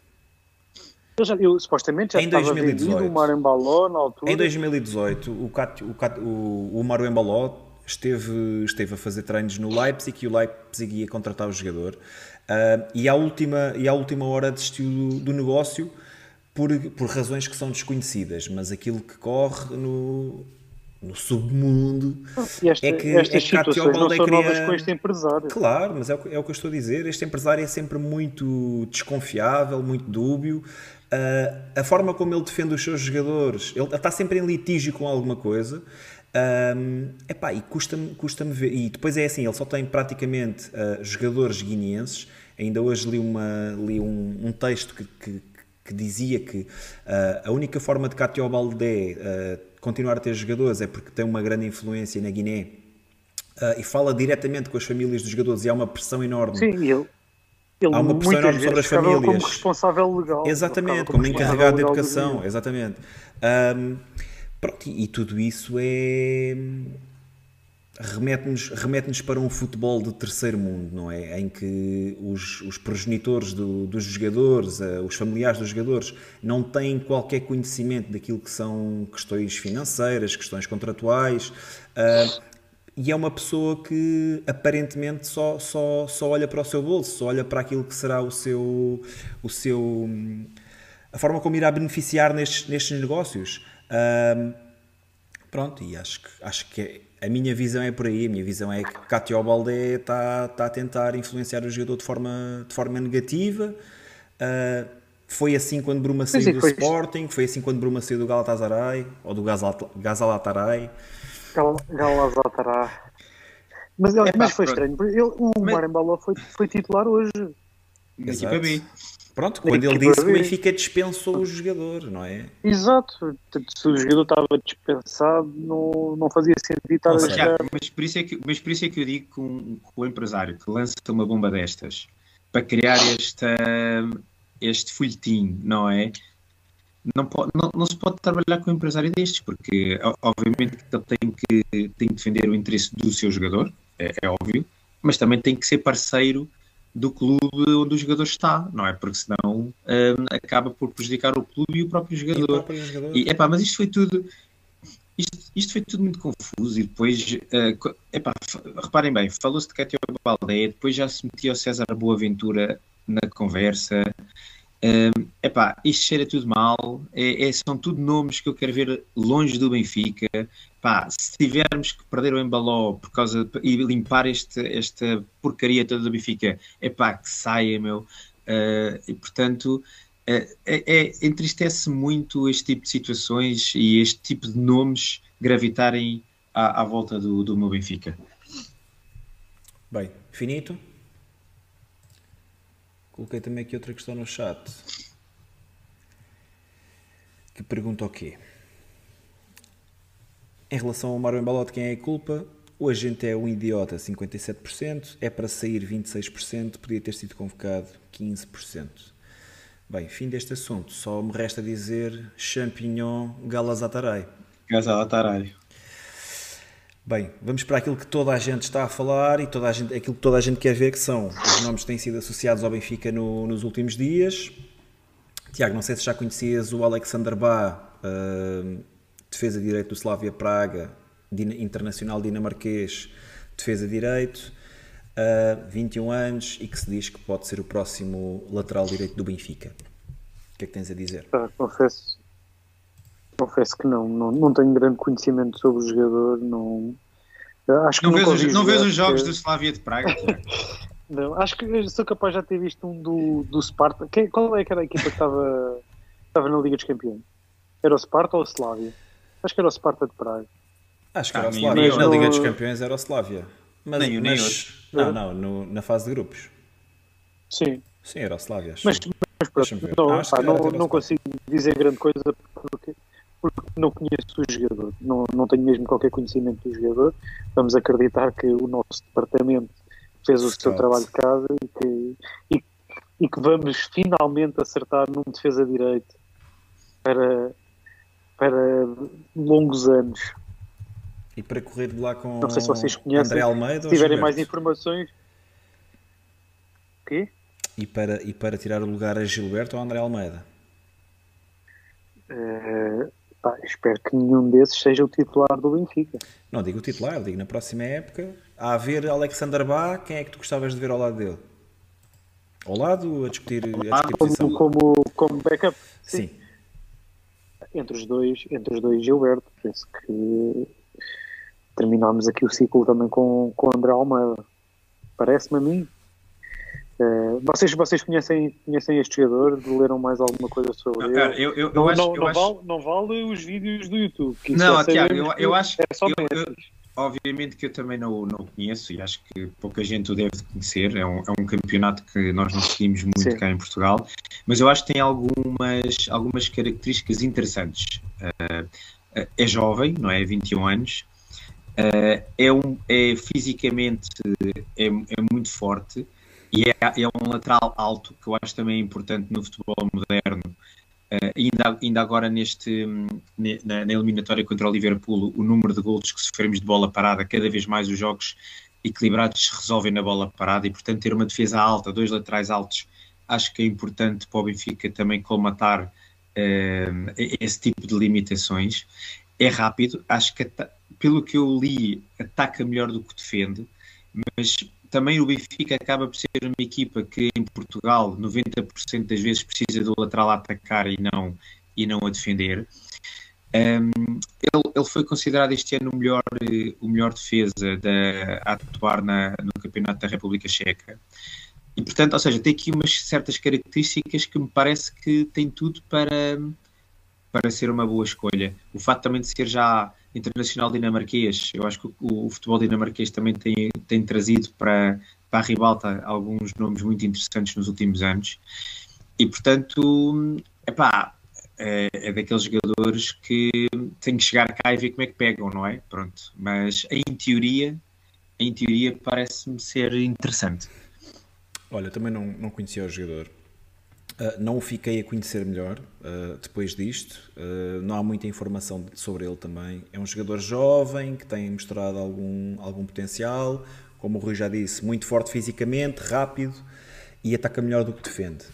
Eu supostamente já estava vendido o Mário Embaló na altura. Em 2018, o Mário Embaló esteve a fazer treinos no Leipzig e o Leipzig ia contratar o jogador. E à última hora desistiu do negócio por razões que são desconhecidas, mas aquilo que corre no submundo estas situações não são novas com este empresário. Claro, mas é o que eu estou a dizer. Este empresário é sempre muito desconfiável, muito dúbio. A forma como ele defende os seus jogadores, ele está sempre em litígio com alguma coisa. E custa-me ver. E depois é assim, ele só tem praticamente jogadores guineenses. Ainda hoje li um texto que dizia que a única forma de Cathio Baldé continuar a ter jogadores é porque tem uma grande influência na Guiné e fala diretamente com as famílias dos jogadores e há uma pressão enorme. Sim, ele há uma pressão enorme sobre as famílias. Como responsável legal. Exatamente, como encarregado de educação. Exatamente. Pronto, e tudo isso remete-nos para um futebol de terceiro mundo, não é? Em que os progenitores dos jogadores, os familiares dos jogadores, não têm qualquer conhecimento daquilo que são questões financeiras, questões contratuais, e é uma pessoa que aparentemente só olha para o seu bolso, só olha para aquilo que será a forma como irá beneficiar nestes negócios. Pronto, e acho que a minha visão é por aí. A minha visão é que Cathio Baldé está a tentar influenciar o jogador de forma negativa. Foi assim quando Bruma saiu do Sporting, foi assim quando Bruma saiu do Galatasaray, ou do Galatasaray. Galatasaray. Mas foi estranho. O Marembalo foi titular hoje. Na equipa B. Pronto, quando ele disse que o Benfica dispensou o jogador, não é? Exato. Se o jogador estava dispensado, não fazia sentido estar a jogar. Mas por isso é que eu digo que o empresário que lança uma bomba destas para criar este folhetim, não é? Não se pode trabalhar com um empresário destes, porque obviamente que ele tem que defender o interesse do seu jogador, é óbvio, mas também tem que ser parceiro do clube onde o jogador está, não é? Porque senão acaba por prejudicar o clube e o próprio jogador. Mas isto foi tudo muito confuso e depois, reparem bem, falou-se de Cathio Baldé, depois já se metia o César Boaventura na conversa. Isto cheira tudo mal, são tudo nomes que eu quero ver longe do Benfica. Se tivermos que perder o Embaló e limpar esta porcaria toda do Benfica, que saia, meu. E portanto, entristece muito este tipo de situações e este tipo de nomes gravitarem à volta do meu Benfica. Bem, finito. Coloquei também aqui outra questão no chat que pergunta o quê? Em relação ao Mário Embaló, de quem é a culpa? O agente é um idiota, 57%, é para sair 26%, podia ter sido convocado 15%. Bem, fim deste assunto, só me resta dizer Champignon Galatasaray. Bem, vamos para aquilo que toda a gente está a falar e aquilo que toda a gente quer ver, que são os nomes que têm sido associados ao Benfica nos últimos dias. Tiago, não sei se já conhecias o Alexander Bá, defesa de direito do Slavia Praga, internacional dinamarquês, defesa de direito, 21 anos e que se diz que pode ser o próximo lateral direito do Benfica. O que é que tens a dizer? Confesso que não tenho grande conhecimento sobre o jogador. Acho que não vês os jogos do Slavia de Praga? Não, acho que sou capaz de já ter visto um do Sparta. Qual é que era a equipa que estava na Liga dos Campeões? Era o Sparta ou o Slavia? Acho que era o Sparta de Praga. Acho que era o Slavia. Na Liga dos Campeões era o Slavia. Na fase de grupos. Sim, era o Slavia. Mas pronto, não consigo dizer grande coisa porque não conheço o jogador. Não tenho mesmo qualquer conhecimento do jogador. Vamos acreditar que o nosso departamento fez o seu trabalho de casa e que vamos finalmente acertar num defesa direito para longos anos. E para correr de lá com não sei se vocês conhecem, André Almeida, se tiverem mais informações. O quê? E para tirar o lugar a Gilberto ou André Almeida? Pá, espero que nenhum desses seja o titular do Benfica. Não digo o titular, digo na próxima época. A haver Alexander Bá, quem é que tu gostavas de ver ao lado dele? Ao lado, a discutir posição? Como backup? Sim. Entre os dois, Gilberto. Penso que terminámos aqui o ciclo também com o André Almeida. Parece-me a mim. Vocês conhecem este jogador? Leram mais alguma coisa sobre ele? Cara, eu acho... Não vale os vídeos do YouTube. Não, Tiago, eu acho é só obviamente que eu também não o conheço e acho que pouca gente o deve conhecer. É um campeonato que nós não seguimos muito Sim. cá em Portugal, mas eu acho que tem algumas características interessantes. É jovem, não é? 21 anos. Fisicamente é muito forte e é um lateral alto, que eu acho também importante no futebol moderno. Ainda agora na eliminatória contra o Liverpool, o número de golos que sofremos de bola parada, cada vez mais os jogos equilibrados se resolvem na bola parada e, portanto, ter uma defesa alta, 2 laterais altos, acho que é importante para o Benfica também colmatar esse tipo de limitações. É rápido, acho que, pelo que eu li, ataca melhor do que defende, mas também o Benfica acaba por ser uma equipa que em Portugal 90% das vezes precisa do lateral a atacar e não a defender. Ele foi considerado este ano o melhor defesa a atuar no Campeonato da República Checa. E, portanto, ou seja, tem aqui umas certas características que me parece que tem tudo para ser uma boa escolha. O facto também de ser já internacional dinamarquês, eu acho que o futebol dinamarquês também tem trazido para a ribalta alguns nomes muito interessantes nos últimos anos. E, portanto, é daqueles jogadores que têm que chegar cá e ver como é que pegam, não é? Pronto. Mas, em teoria parece-me ser interessante. Olha, também não conhecia o jogador. Não o fiquei a conhecer melhor depois disto. Não há muita informação sobre ele também. É um jogador jovem que tem mostrado algum potencial. Como o Rui já disse, muito forte fisicamente, rápido e ataca melhor do que defende.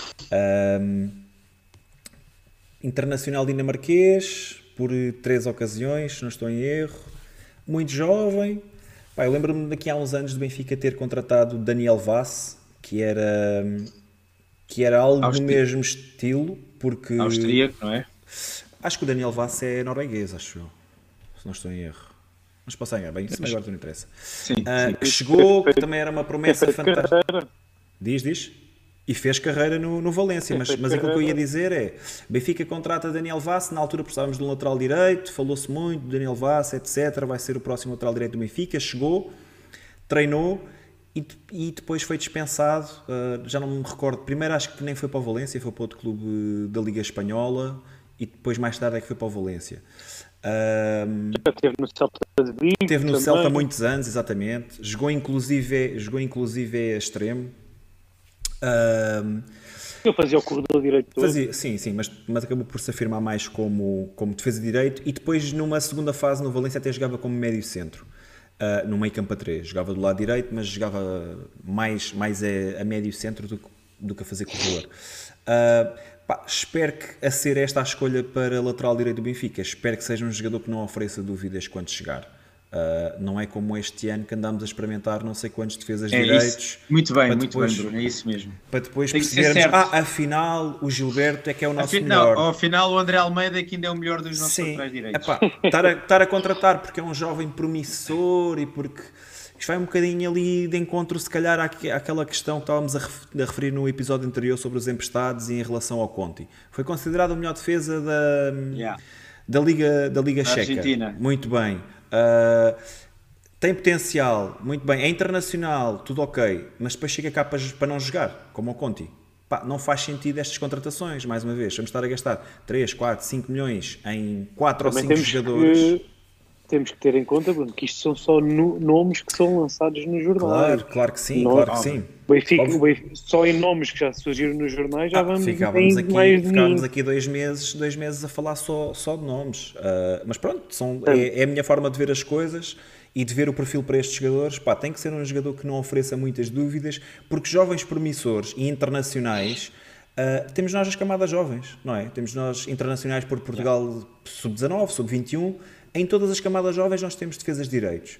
Internacional dinamarquês por 3 ocasiões, se não estou em erro. Muito jovem. Eu lembro-me daqui a uns anos do Benfica ter contratado Daniel Vass, que era algo do mesmo estilo, porque... Austríaco, não é? Acho que o Daniel Vass é norueguês, acho eu, se não estou em erro. Mas posso ganhar, bem, isso agora não interessa. Sim. Que chegou, que também era uma promessa fantástica. Diz. E fez carreira no Valência, mas aquilo que eu ia dizer é, Benfica contrata Daniel Vass, na altura precisávamos de um lateral direito, falou-se muito de Daniel Vass, etc, vai ser o próximo lateral direito do Benfica, chegou, treinou, e depois foi dispensado, já não me recordo, primeiro acho que nem foi para o Valência, foi para outro clube da Liga Espanhola e depois mais tarde é que foi para o Valência. Teve no Celta de Vigo. Teve no Celta há muitos anos, exatamente. Jogou inclusive a extremo. Eu fazia o corredor direito todo. Sim, mas acabou por se afirmar mais como defesa de direito e depois numa segunda fase no Valência até jogava como médio centro. No meio campo a 3, jogava do lado direito, mas jogava mais a médio centro do que a fazer corredor. Espero que a ser esta a escolha para lateral direito do Benfica. Espero que seja um jogador que não ofereça dúvidas quando chegar. Não é como este ano que andámos a experimentar não sei quantos defesas direitos. Isso. Muito bem, Bruno, é isso mesmo. Para depois percebermos, afinal o Gilberto é que é o nosso melhor. Não, afinal o André Almeida é que ainda é o melhor dos nossos laterais direitos. Estar a contratar porque é um jovem promissor e porque isto vai um bocadinho ali de encontro se calhar àquela questão que estávamos a referir no episódio anterior sobre os emprestados e em relação ao Conti. Foi considerado a melhor defesa da Liga Checa. Argentina. Muito bem. Tem potencial, muito bem, é internacional, tudo ok, mas depois chega cá para não jogar, como o Conti. Não faz sentido estas contratações, mais uma vez, vamos estar a gastar 3, 4, 5 milhões em 4 ou 5 jogadores. Temos que ter em conta, Bruno, que isto são só nomes que são lançados nos jornais. Claro que sim. Benfica, só em nomes que já surgiram nos jornais já vamos ficávamos aqui 2 meses a falar só de nomes. Mas pronto, é a minha forma de ver as coisas e de ver o perfil para estes jogadores. Tem que ser um jogador que não ofereça muitas dúvidas, porque jovens promissores e internacionais Temos nós as camadas jovens, não é? Temos nós internacionais por Portugal sub-19, sub-21. Em todas as camadas jovens nós temos defesas de direitos.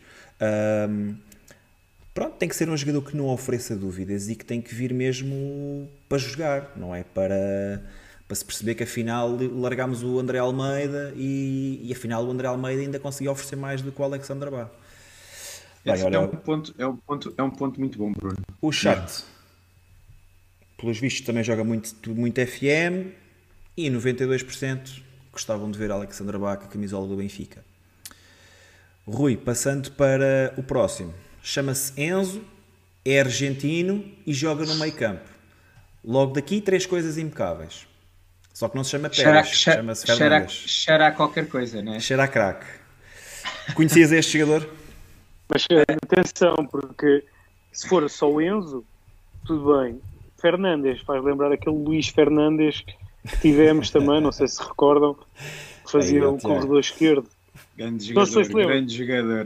Pronto, tem que ser um jogador que não ofereça dúvidas e que tem que vir mesmo para jogar, não é? Para se perceber que afinal largámos o André Almeida e afinal o André Almeida ainda conseguiu oferecer mais do que o Alexandre Bá. Esse é um ponto muito bom, Bruno. O chat, pelos vistos, também joga muito FM e 92% gostavam de ver Alexandre Bá com a camisola do Benfica. Rui, passando para o próximo. Chama-se Enzo, é argentino e joga no meio campo. Logo daqui, 3 coisas impecáveis. Só que não se chama Pérez, chama-se Fernandes. Cheira a qualquer coisa, né? Cheira a craque. Conhecias este jogador? Mas atenção, porque se for só o Enzo, tudo bem. Fernandes, faz lembrar aquele Luís Fernandes que tivemos também, não sei se recordam, que fazia um corredor esquerdo. Grande jogador.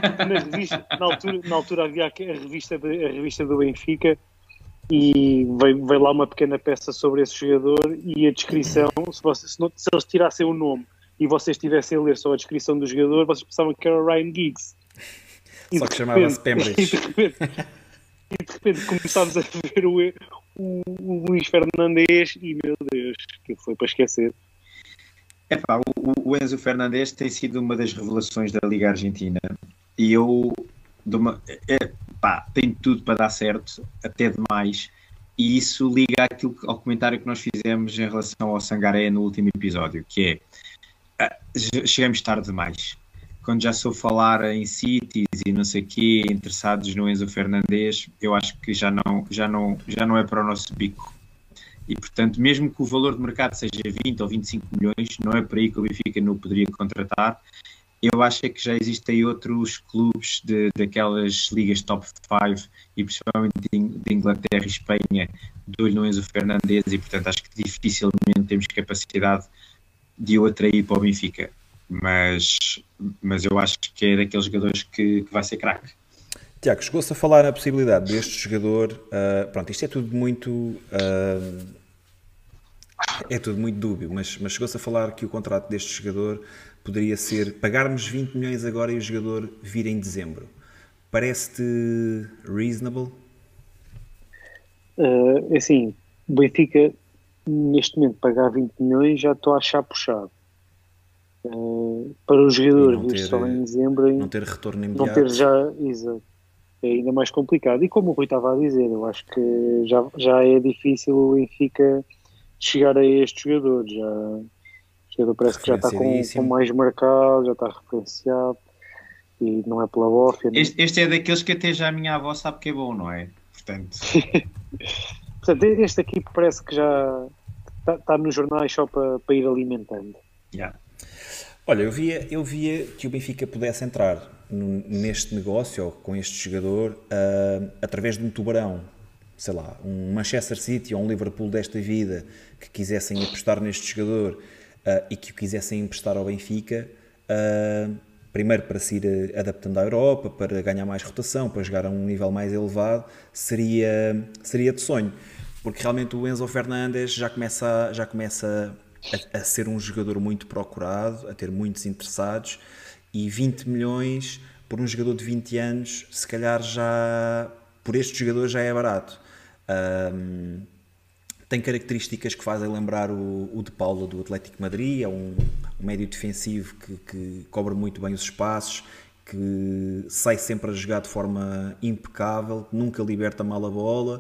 Na altura havia a revista do Benfica e veio lá uma pequena peça sobre esse jogador e a descrição, se eles tirassem o nome e vocês estivessem a ler só a descrição do jogador, vocês pensavam que era o Ryan Giggs. Só que chamava-se Pembridge. E de repente começámos a ver o Luís Fernandes e, meu Deus, que foi para esquecer. O Enzo Fernandes tem sido uma das revelações da Liga Argentina e tem tudo para dar certo, até demais, e isso liga ao comentário que nós fizemos em relação ao Sangaré no último episódio, que é chegamos tarde demais. Quando já soube falar em Cities e não sei o quê, interessados no Enzo Fernandes, eu acho que já não é para o nosso bico. E, portanto, mesmo que o valor de mercado seja 20 ou 25 milhões, não é por aí que o Benfica não o poderia contratar. Eu acho que já existem outros clubes daquelas ligas top 5 e principalmente de Inglaterra e Espanha de olho no Enzo Fernandes e, portanto, acho que dificilmente temos capacidade de o atrair para o Benfica. Mas eu acho que é daqueles jogadores que vai ser craque. Tiago, chegou-se a falar na possibilidade deste jogador, pronto, isto é tudo muito dúbio, mas chegou-se a falar que o contrato deste jogador poderia ser pagarmos 20 milhões agora e o jogador vir em dezembro. Parece-te reasonable? Assim, o Benfica neste momento pagar 20 milhões já estou a achar puxado. Para o jogador vir só em dezembro, não ter retorno imediato, não ter já, exato, é ainda mais complicado. E como o Rui estava a dizer, eu acho que já é difícil o Benfica chegar a este jogador. O jogador parece que já está com mais mercado, já está referenciado e não é pela bófia. Este é daqueles que até já a minha avó sabe que é bom, não é? Portanto, este aqui parece que já está nos jornais só para ir alimentando. Yeah. Olha, eu via que o Benfica pudesse entrar neste negócio, ou com este jogador, através de um tubarão, sei lá, um Manchester City ou um Liverpool desta vida, que quisessem apostar neste jogador e que o quisessem emprestar ao Benfica, primeiro para se ir adaptando à Europa, para ganhar mais rotação, para jogar a um nível mais elevado, seria de sonho, porque realmente o Enzo Fernandes já começa a ser um jogador muito procurado, a ter muitos interessados, e 20 milhões por um jogador de 20 anos, se calhar já, por este jogador já é barato. Tem características que fazem lembrar o de Paula do Atlético de Madrid, é um médio defensivo que cobre muito bem os espaços, que sai sempre a jogar de forma impecável, nunca liberta mal a bola.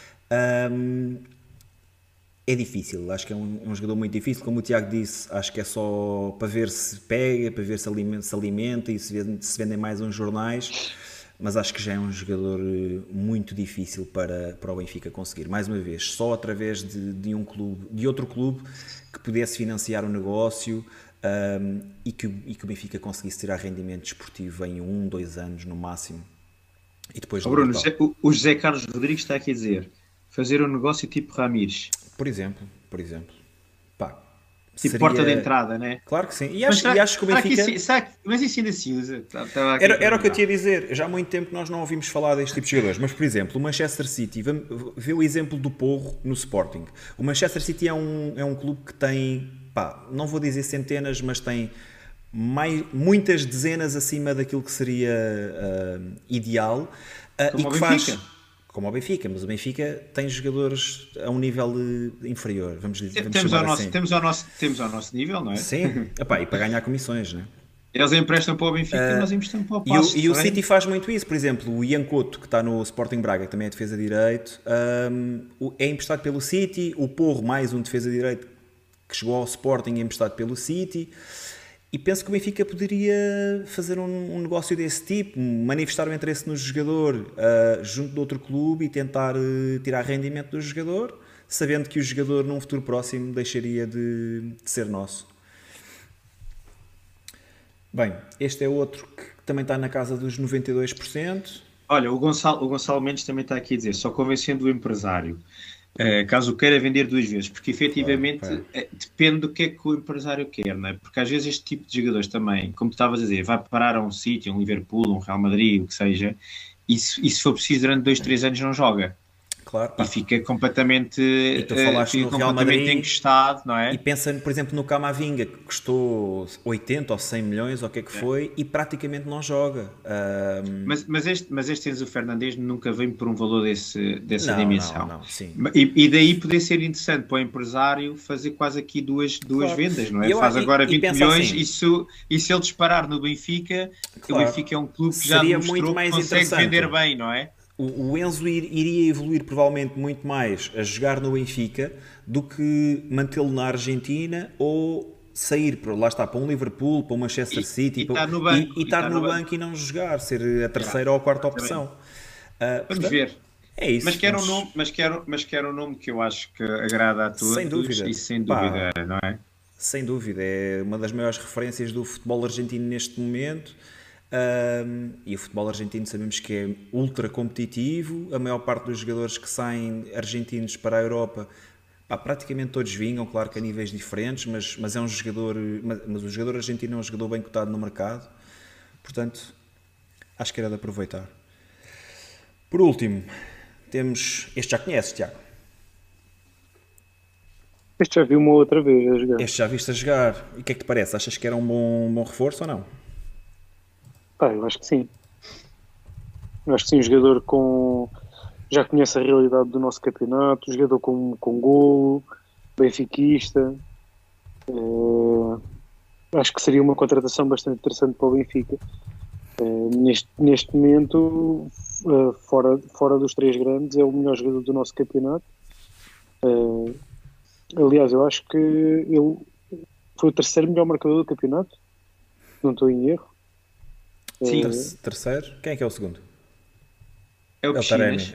É difícil, acho que é um jogador muito difícil, como o Tiago disse, acho que é só para ver se pega, para ver se alimenta e se vendem mais uns jornais, mas acho que já é um jogador muito difícil para o Benfica conseguir. Mais uma vez, só através de outro clube que pudesse financiar o negócio e que o Benfica conseguisse tirar rendimento desportivo em 2 anos no máximo. E depois Bruno, o José Carlos Rodrigues está aqui a dizer: fazer um negócio tipo Ramires. Por exemplo. Pá, Tipo porta de entrada, né? Claro que sim. E acho que o Benfica... Mas isso ainda se usa. Era o que eu tinha a dizer. Já há muito tempo que nós não ouvimos falar deste tipo de jogadores. Mas, por exemplo, o Manchester City, vê o exemplo do Porro no Sporting. O Manchester City é um clube que tem, não vou dizer centenas, mas tem muitas dezenas acima daquilo que seria ideal. Como o Benfica. Como o Benfica, mas o Benfica tem jogadores a um nível inferior, vamos temos ao nosso nível, não é? Sim, e para ganhar comissões, não é? Eles emprestam para o Benfica e nós emprestamos para o Paços. E o City faz muito isso, por exemplo, o Ian Couto, que está no Sporting Braga, que também é defesa de direito, é emprestado pelo City, o Porro, mais um defesa de direito que chegou ao Sporting, é emprestado pelo City. E penso que o Benfica poderia fazer um negócio desse tipo, manifestar o interesse no jogador junto de outro clube e tentar tirar rendimento do jogador, sabendo que o jogador num futuro próximo deixaria de ser nosso. Bem, este é outro que também está na casa dos 92%. Olha, o Gonçalo Mendes também está aqui a dizer, só convencendo o empresário. Caso queira vender 2 vezes, porque efetivamente depende do que é que o empresário quer, não é? Porque às vezes este tipo de jogadores também, como tu estavas a dizer, vai parar a um City, um Liverpool, um Real Madrid, o que seja, e se for preciso durante 2, 3 anos não joga. Claro, e fica completamente, e tu falaste no Real Madrid, encostado, não é? E pensa, por exemplo, no Camavinga, que custou 80 ou 100 milhões, ou o que é que foi, e praticamente não joga. Mas este Enzo Fernandes nunca vem por um valor dessa dimensão. Não, sim. E daí poder ser interessante para o empresário fazer quase aqui duas vendas, não é? Faz agora 20 milhões assim, e se ele disparar no Benfica, o Benfica é um clube que já mostrou que consegue vender bem, não é? O Enzo iria evoluir provavelmente muito mais a jogar no Benfica do que mantê-lo na Argentina ou sair para um Liverpool, para um Manchester City e estar no banco e não jogar, ser a terceira ou a quarta opção. Vamos ver. É isso. Mas quero um nome que eu acho que agrada a todos. Sem dúvida. E sem dúvida, não é? Sem dúvida. É uma das maiores referências do futebol argentino neste momento. E o futebol argentino sabemos que é ultra competitivo. A maior parte dos jogadores que saem argentinos para a Europa, praticamente todos vingam, claro que a níveis diferentes, mas é um jogador, mas o jogador argentino é um jogador bem cotado no mercado, portanto acho que era de aproveitar. Por último temos, este já conheces, Tiago? Este já vi uma outra vez a jogar. Este já viste a jogar, e o que é que te parece? Achas que era um bom reforço ou não? Eu acho que sim. Eu acho que sim, um jogador já conhece a realidade do nosso campeonato, um jogador com golo, benfiquista. Acho que seria uma contratação bastante interessante para o Benfica. Neste momento, fora dos 3 grandes, é o melhor jogador do nosso campeonato. Aliás, eu acho que ele foi o 3º melhor marcador do campeonato, não estou em erro. Sim, terceiro. Quem é que é o segundo? É o Taremi.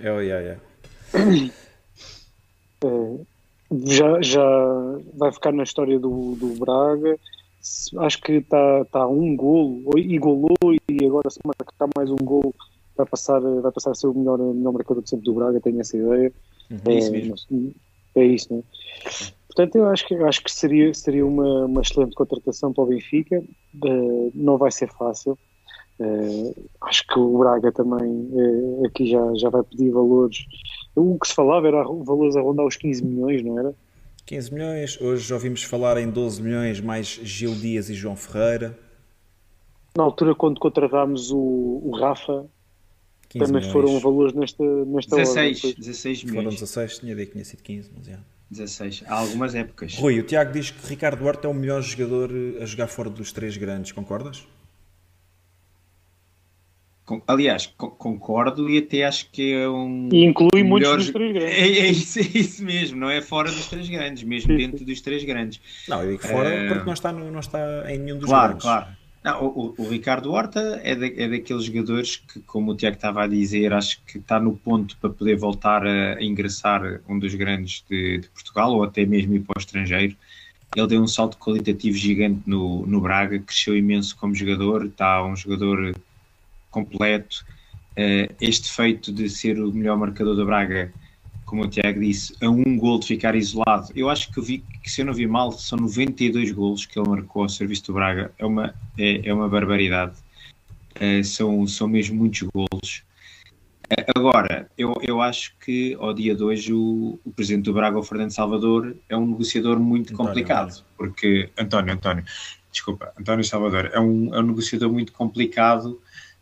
Já vai ficar na história do Braga. Acho que está a um golo, e golou, e agora se marcar mais um golo vai passar a ser o melhor marcador de sempre do Braga, tenho essa ideia. É isso mesmo. É isso, não é? Portanto, eu acho que seria uma excelente contratação para o Benfica. Não vai ser fácil. Acho que o Braga também aqui já vai pedir valores. O que se falava era valores a rondar os 15 milhões, não era? 15 milhões, hoje já ouvimos falar em 12 milhões mais Gil Dias e João Ferreira. Na altura, quando contratámos o Rafa, também milhões. Foram valores nesta 16 hora. 16 milhões. Foram 16, tinha ideia que tinha sido 15, mas já. 16, há algumas épocas. Rui, o Tiago diz que Ricardo Horta é o melhor jogador a jogar fora dos 3 grandes, concordas? Aliás, concordo e até acho que é um... E inclui muitos dos 3 grandes. É isso mesmo, não é fora dos 3 grandes, mesmo dentro dos 3 grandes. Não, eu digo fora porque não está em nenhum dos grandes. Claro. Não, o Ricardo Horta é daqueles jogadores que, como o Tiago estava a dizer, acho que está no ponto para poder voltar a ingressar um dos grandes de Portugal, ou até mesmo ir para o estrangeiro. Ele deu um salto qualitativo gigante no Braga, cresceu imenso como jogador, está um jogador completo. Este feito de ser o melhor marcador do Braga como o Tiago disse, a um gol de ficar isolado. Eu acho que se eu não vi mal, são 92 golos que ele marcou ao serviço do Braga. É uma barbaridade. São mesmo muitos golos. Agora, eu acho que ao dia de hoje o presidente do Braga, o Fernando Salvador, é um negociador muito complicado. Porque António Salvador é um negociador muito complicado,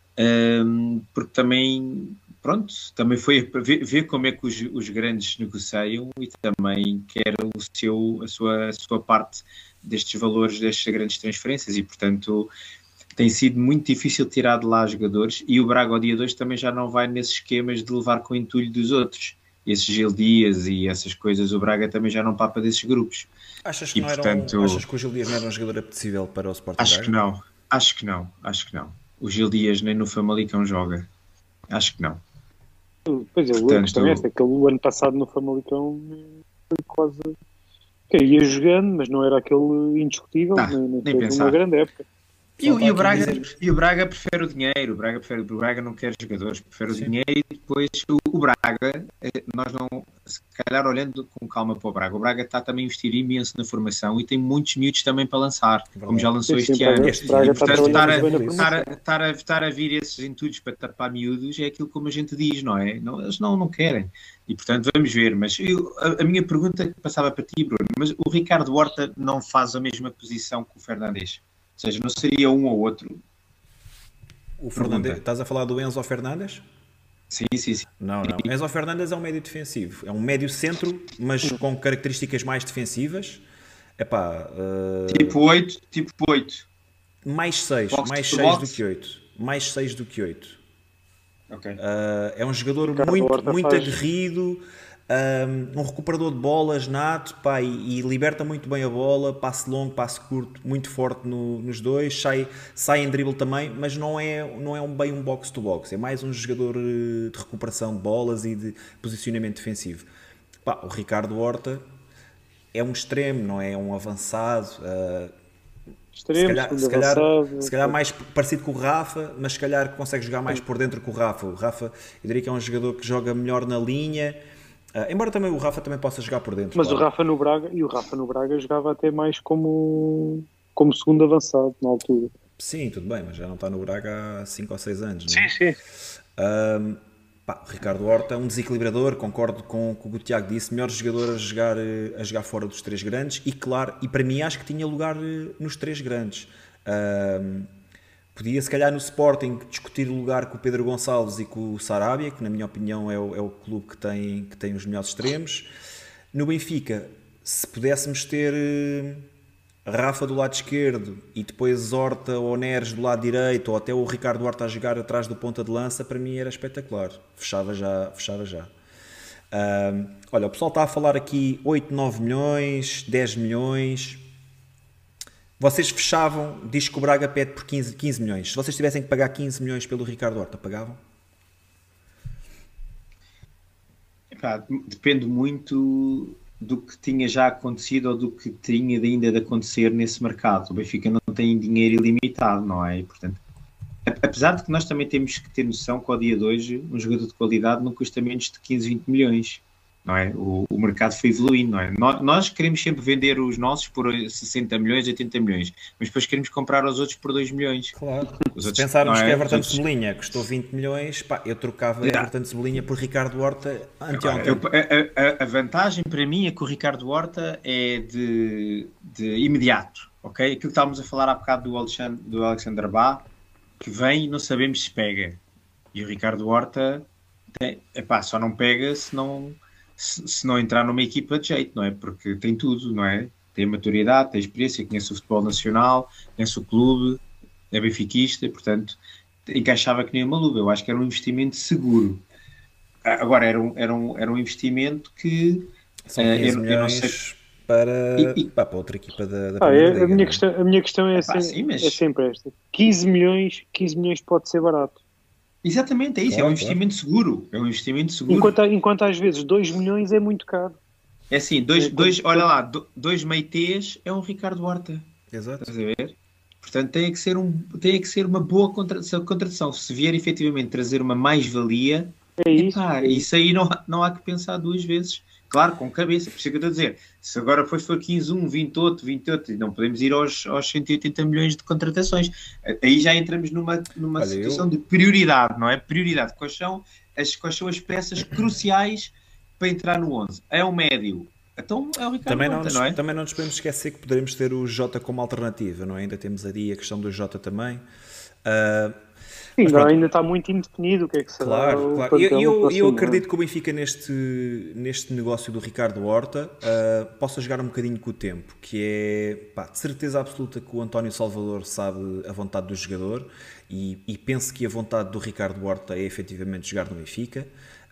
porque também foi ver como é que os grandes negociam e também quer a sua parte destes valores, destas grandes transferências, e portanto tem sido muito difícil tirar de lá jogadores, e o Braga ao dia de hoje também já não vai nesses esquemas de levar com o entulho dos outros. Esses Gil Dias e essas coisas, o Braga também já não papa desses grupos. Achas que o Gil Dias não era um jogador apetecível para o Sporting? Acho que não. O Gil Dias nem no Famalicão joga. Acho que não. Pois é, aquele ano passado no Famalicão foi quase... ia jogando, mas não era aquele indiscutível, nem pensar. Uma grande época. E o Braga prefere o dinheiro, o Braga não quer jogadores, prefere o dinheiro, e depois o Braga, nós não, se calhar olhando com calma para o Braga está também a investir imenso na formação e tem muitos miúdos também para lançar, como já lançou este ano. E portanto estar a vir esses entulhos para tapar miúdos é aquilo como a gente diz, não é? Eles não querem. E portanto vamos ver, mas a minha pergunta passava para ti, Bruno, mas o Ricardo Horta não faz a mesma posição que o Fernandes? Ou seja, não seria um ou outro? O Fernandes, estás a falar do Enzo Fernandes? Sim. Não. Enzo Fernandes é um médio defensivo. É um médio centro, mas com características mais defensivas. Tipo 8. Mais 6 do que 8. Mais 6 do que 8. Okay. É um jogador muito aguerrido. Um recuperador de bolas nato, e liberta muito bem a bola, passe longo, passe curto, muito forte nos dois, sai em drible também, mas não é bem um box-to-box, é mais um jogador de recuperação de bolas e de posicionamento defensivo. O Ricardo Horta é um extremo, não é um avançado, se calhar mais parecido com o Rafa, mas se calhar consegue jogar mais por dentro que o Rafa. O Rafa, eu diria que é um jogador que joga melhor na linha, embora também o Rafa também possa jogar por dentro. Mas claro. o Rafa no Braga jogava até mais como segundo avançado na altura. Sim, tudo bem, mas já não está no Braga há 5 ou 6 anos, não é? Sim. O Ricardo Horta é um desequilibrador, concordo com o que o Tiago disse, melhor jogador a jogar fora dos 3 grandes, e claro, e para mim acho que tinha lugar nos 3 grandes. Podia, se calhar, no Sporting discutir o lugar com o Pedro Gonçalves e com o Sarabia, que na minha opinião é o clube que tem os melhores extremos. No Benfica, se pudéssemos ter Rafa do lado esquerdo e depois Horta ou Neres do lado direito, ou até o Ricardo Horta a jogar atrás do ponta de lança, para mim era espetacular. Fechava já. Olha, o pessoal está a falar aqui 8, 9 milhões, 10 milhões... Vocês fechavam, diz que o Braga pede por 15 milhões. Se vocês tivessem que pagar 15 milhões pelo Ricardo Horta, pagavam? Depende muito do que tinha já acontecido ou do que tinha ainda de acontecer nesse mercado. O Benfica não tem dinheiro ilimitado, não é? E, portanto, apesar de que nós também temos que ter noção que ao dia de hoje um jogador de qualidade não custa menos de 15, 20 milhões. Não é? O mercado foi evoluindo, não é? Nós queremos sempre vender os nossos por 60 milhões, 80 milhões, mas depois queremos comprar os outros por 2 milhões. Claro. Se pensarmos que Everton Cebolinha custou 20 milhões, eu trocava Everton Cebolinha por Ricardo Horta anteontem. A vantagem para mim é que o Ricardo Horta é de imediato, ok? Aquilo que estávamos a falar há bocado do Alexandre Bá, que vem e não sabemos se pega. E o Ricardo Horta só não pega se não entrar numa equipa de jeito, não é? Porque tem tudo, não é? Tem maturidade, tem experiência, conhece o futebol nacional, conhece o clube, é benfiquista, portanto, encaixava que nem uma luva. Eu acho que era um investimento seguro. Agora, era um investimento que... São 15 milhões eu não sei... para outra equipa da Primeira Liga. A minha questão é sempre esta. 15 milhões pode ser barato. Exatamente, é isso, é um investimento seguro. É um investimento seguro. Enquanto às vezes 2 milhões é muito caro. É assim, olha lá, 2 meitês é um Ricardo Horta. Exato. Estás a ver? Portanto, tem que ser uma boa contratação. Se vier efetivamente trazer uma mais-valia, É isso. Isso aí não há que pensar duas vezes. Claro, com cabeça, por isso é que eu estou a dizer. Se agora foi 15 20 outro, não podemos ir aos 180 milhões de contratações. Aí já entramos numa situação de prioridade, não é? Prioridade. Quais são as peças cruciais para entrar no 11? É o médio. Então é o Ricardo Horta, não é? Também não nos podemos esquecer que poderemos ter o Jota como alternativa, não é? Ainda temos ali a questão do Jota também. Ainda está muito indefinido o que é que será. Claro. Eu acredito que o Benfica neste negócio do Ricardo Horta possa jogar um bocadinho com o tempo, que é de certeza absoluta que o António Salvador sabe a vontade do jogador e penso que a vontade do Ricardo Horta é efetivamente jogar no Benfica.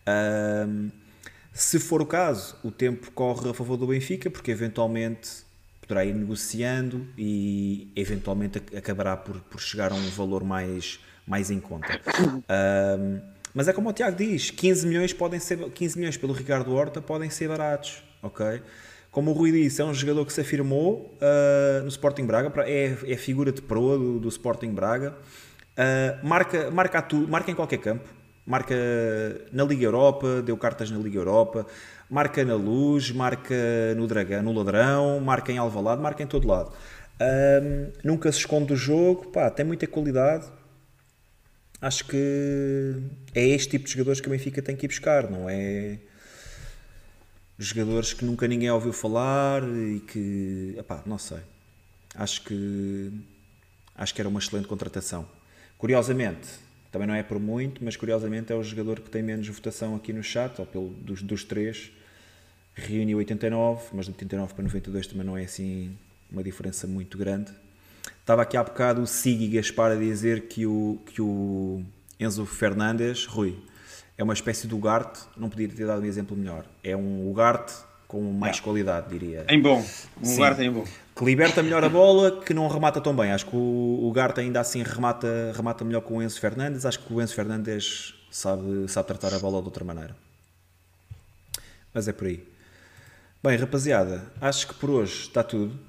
Se for o caso, o tempo corre a favor do Benfica, porque eventualmente poderá ir negociando e eventualmente acabará por chegar a um valor mais em conta. Mas é como o Tiago diz, 15 milhões pelo Ricardo Horta podem ser baratos, ok? Como o Rui disse, é um jogador que se afirmou no Sporting Braga, é a figura de proa do Sporting Braga, marca em qualquer campo, marca na Liga Europa, deu cartas na Liga Europa, marca na Luz, marca no Dragão, no Ladrão, marca em Alvalade, marca em todo lado. Nunca se esconde do jogo, tem muita qualidade. Acho que é este tipo de jogadores que o Benfica tem que ir buscar, não é? Jogadores que nunca ninguém ouviu falar e que, não sei. Acho que era uma excelente contratação. Curiosamente, também não é por muito, mas curiosamente é o jogador que tem menos votação aqui no chat, ou dos três. Reuniu 89, mas de 89 para 92 também não é assim uma diferença muito grande. Estava aqui há bocado o Sigui Gaspar a dizer que o Enzo Fernandes, Rui, é uma espécie de Ugarte, não podia ter dado um exemplo melhor. É um Ugarte com mais qualidade, diria. Em bom, Ugarte em bom. Que liberta melhor a bola, que não remata tão bem. Acho que o Ugarte ainda assim remata melhor que o Enzo Fernandes. Acho que o Enzo Fernandes sabe tratar a bola de outra maneira. Mas é por aí. Bem, rapaziada, acho que por hoje está tudo.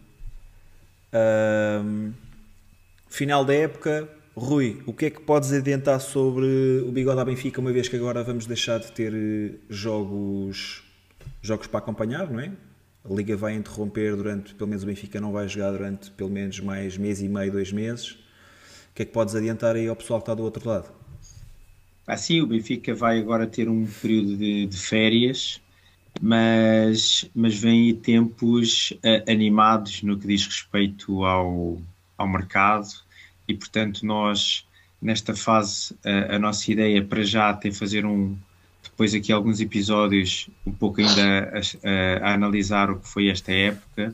Final da época. Rui, o que é que podes adiantar sobre o Bigode à Benfica, uma vez que agora vamos deixar de ter jogos para acompanhar, não é? A Liga vai interromper pelo menos o Benfica não vai jogar durante pelo menos mais mês e meio, 2 meses. O que é que podes adiantar aí ao pessoal que está do outro lado? Sim, o Benfica vai agora ter um período de férias, mas vem aí tempos animados no que diz respeito ao mercado e, portanto, nós, nesta fase, a nossa ideia para já tem fazer depois aqui alguns episódios um pouco ainda a analisar o que foi esta época,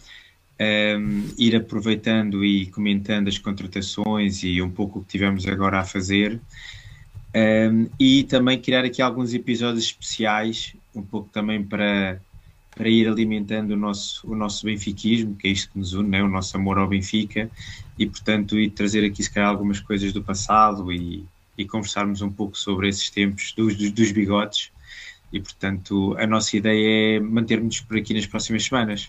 ir aproveitando e comentando as contratações e um pouco o que tivemos agora a fazer, e também criar aqui alguns episódios especiais, um pouco também para ir alimentando o nosso benfiquismo, que é isto que nos une, né? O nosso amor ao Benfica, e portanto ir trazer aqui se calhar algumas coisas do passado e conversarmos um pouco sobre esses tempos dos bigodes, e portanto a nossa ideia é manter-nos por aqui nas próximas semanas.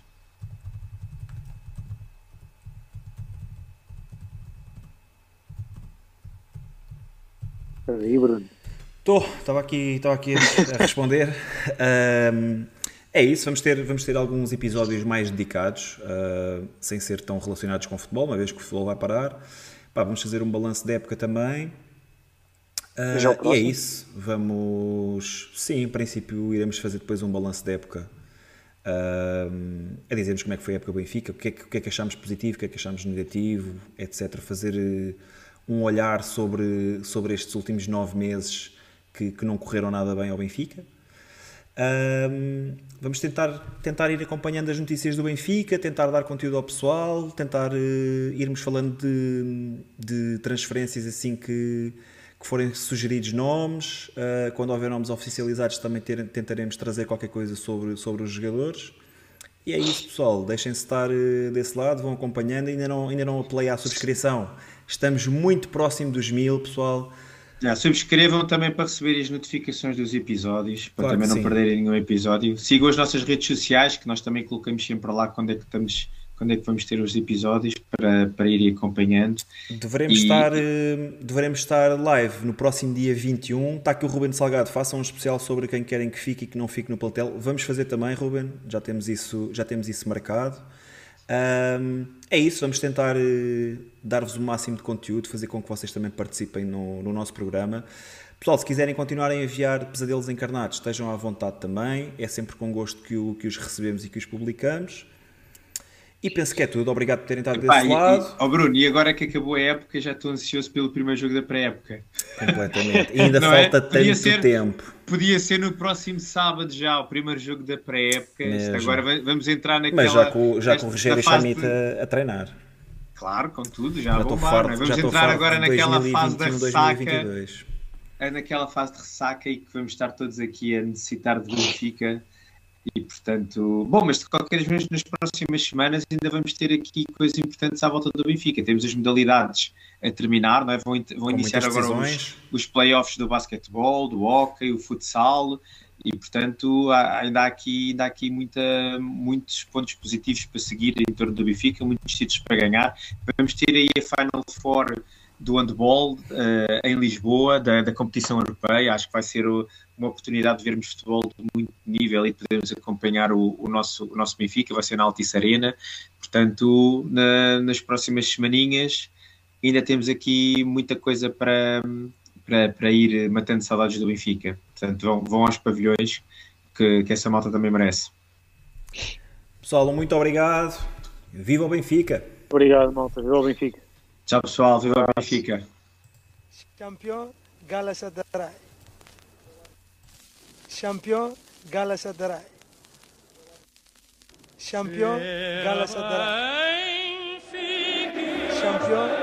Aí, Bruno. Estava aqui a responder. É isso, vamos ter alguns episódios mais dedicados, sem ser tão relacionados com futebol, uma vez que o futebol vai parar. Vamos fazer um balanço da época também. E é isso, sim, em princípio iremos fazer depois um balanço da época, a dizermos como é que foi a época do Benfica, o que é que achámos positivo, o que é que achámos negativo, etc. Fazer um olhar sobre estes últimos 9 meses que não correram nada bem ao Benfica. Vamos tentar ir acompanhando as notícias do Benfica, tentar dar conteúdo ao pessoal, tentar irmos falando de transferências assim que forem sugeridos nomes. Quando houver nomes oficializados também tentaremos trazer qualquer coisa sobre os jogadores. E é isso, pessoal, deixem-se estar desse lado, vão acompanhando. Ainda não apelei à subscrição, estamos muito próximo dos 1000, pessoal. Subscrevam também para receberem as notificações dos episódios, para claro também não perderem nenhum episódio. Sigam as nossas redes sociais, que nós também colocamos sempre lá quando é que estamos quando é que vamos ter os episódios para ir acompanhando. Deveremos estar live no próximo dia 21. Está aqui o Ruben Salgado, faça um especial sobre quem querem que fique e que não fique no plantel. Vamos fazer também, Ruben, já temos isso marcado. É isso, vamos tentar dar-vos o máximo de conteúdo, fazer com que vocês também participem no nosso programa. Pessoal, se quiserem continuar a enviar pesadelos encarnados, estejam à vontade também, é sempre com gosto que os recebemos e que os publicamos. E penso que é tudo, obrigado por terem estado desse lado. Bruno, e agora que acabou a época, já estou ansioso pelo primeiro jogo da pré-época. Completamente, e ainda falta tanto tempo. Podia ser no próximo sábado já, o primeiro jogo da pré-época. Agora vamos entrar naquela... Mas já com o Rogério Chamita a treinar. Claro, com tudo, já vou bombar. Vamos entrar agora naquela fase da ressaca. Naquela fase de ressaca e que vamos estar todos aqui a necessitar de Benfica. E portanto, bom, mas de qualquer maneira nas próximas semanas ainda vamos ter aqui coisas importantes à volta do Benfica. Temos as modalidades a terminar, não é? Vão iniciar agora os playoffs do basquetebol, do hóquei, o futsal e portanto ainda há aqui muitos pontos positivos para seguir em torno do Benfica, muitos títulos para ganhar. Vamos ter aí a Final Four do handball em Lisboa, da competição europeia. Acho que vai ser uma oportunidade de vermos futebol de muito nível e podermos acompanhar o nosso Benfica. Vai ser na Altice Arena. Portanto, nas próximas semaninhas ainda temos aqui muita coisa para ir matando saudades do Benfica. Portanto, vão aos pavilhões que essa malta também merece. Pessoal, muito obrigado. Viva o Benfica! Obrigado, malta. Viva o Benfica! Tchau, pessoal. Viva o Benfica! Champion Galatasaray. Champion Galatasaray. Champion Galatasaray. Champion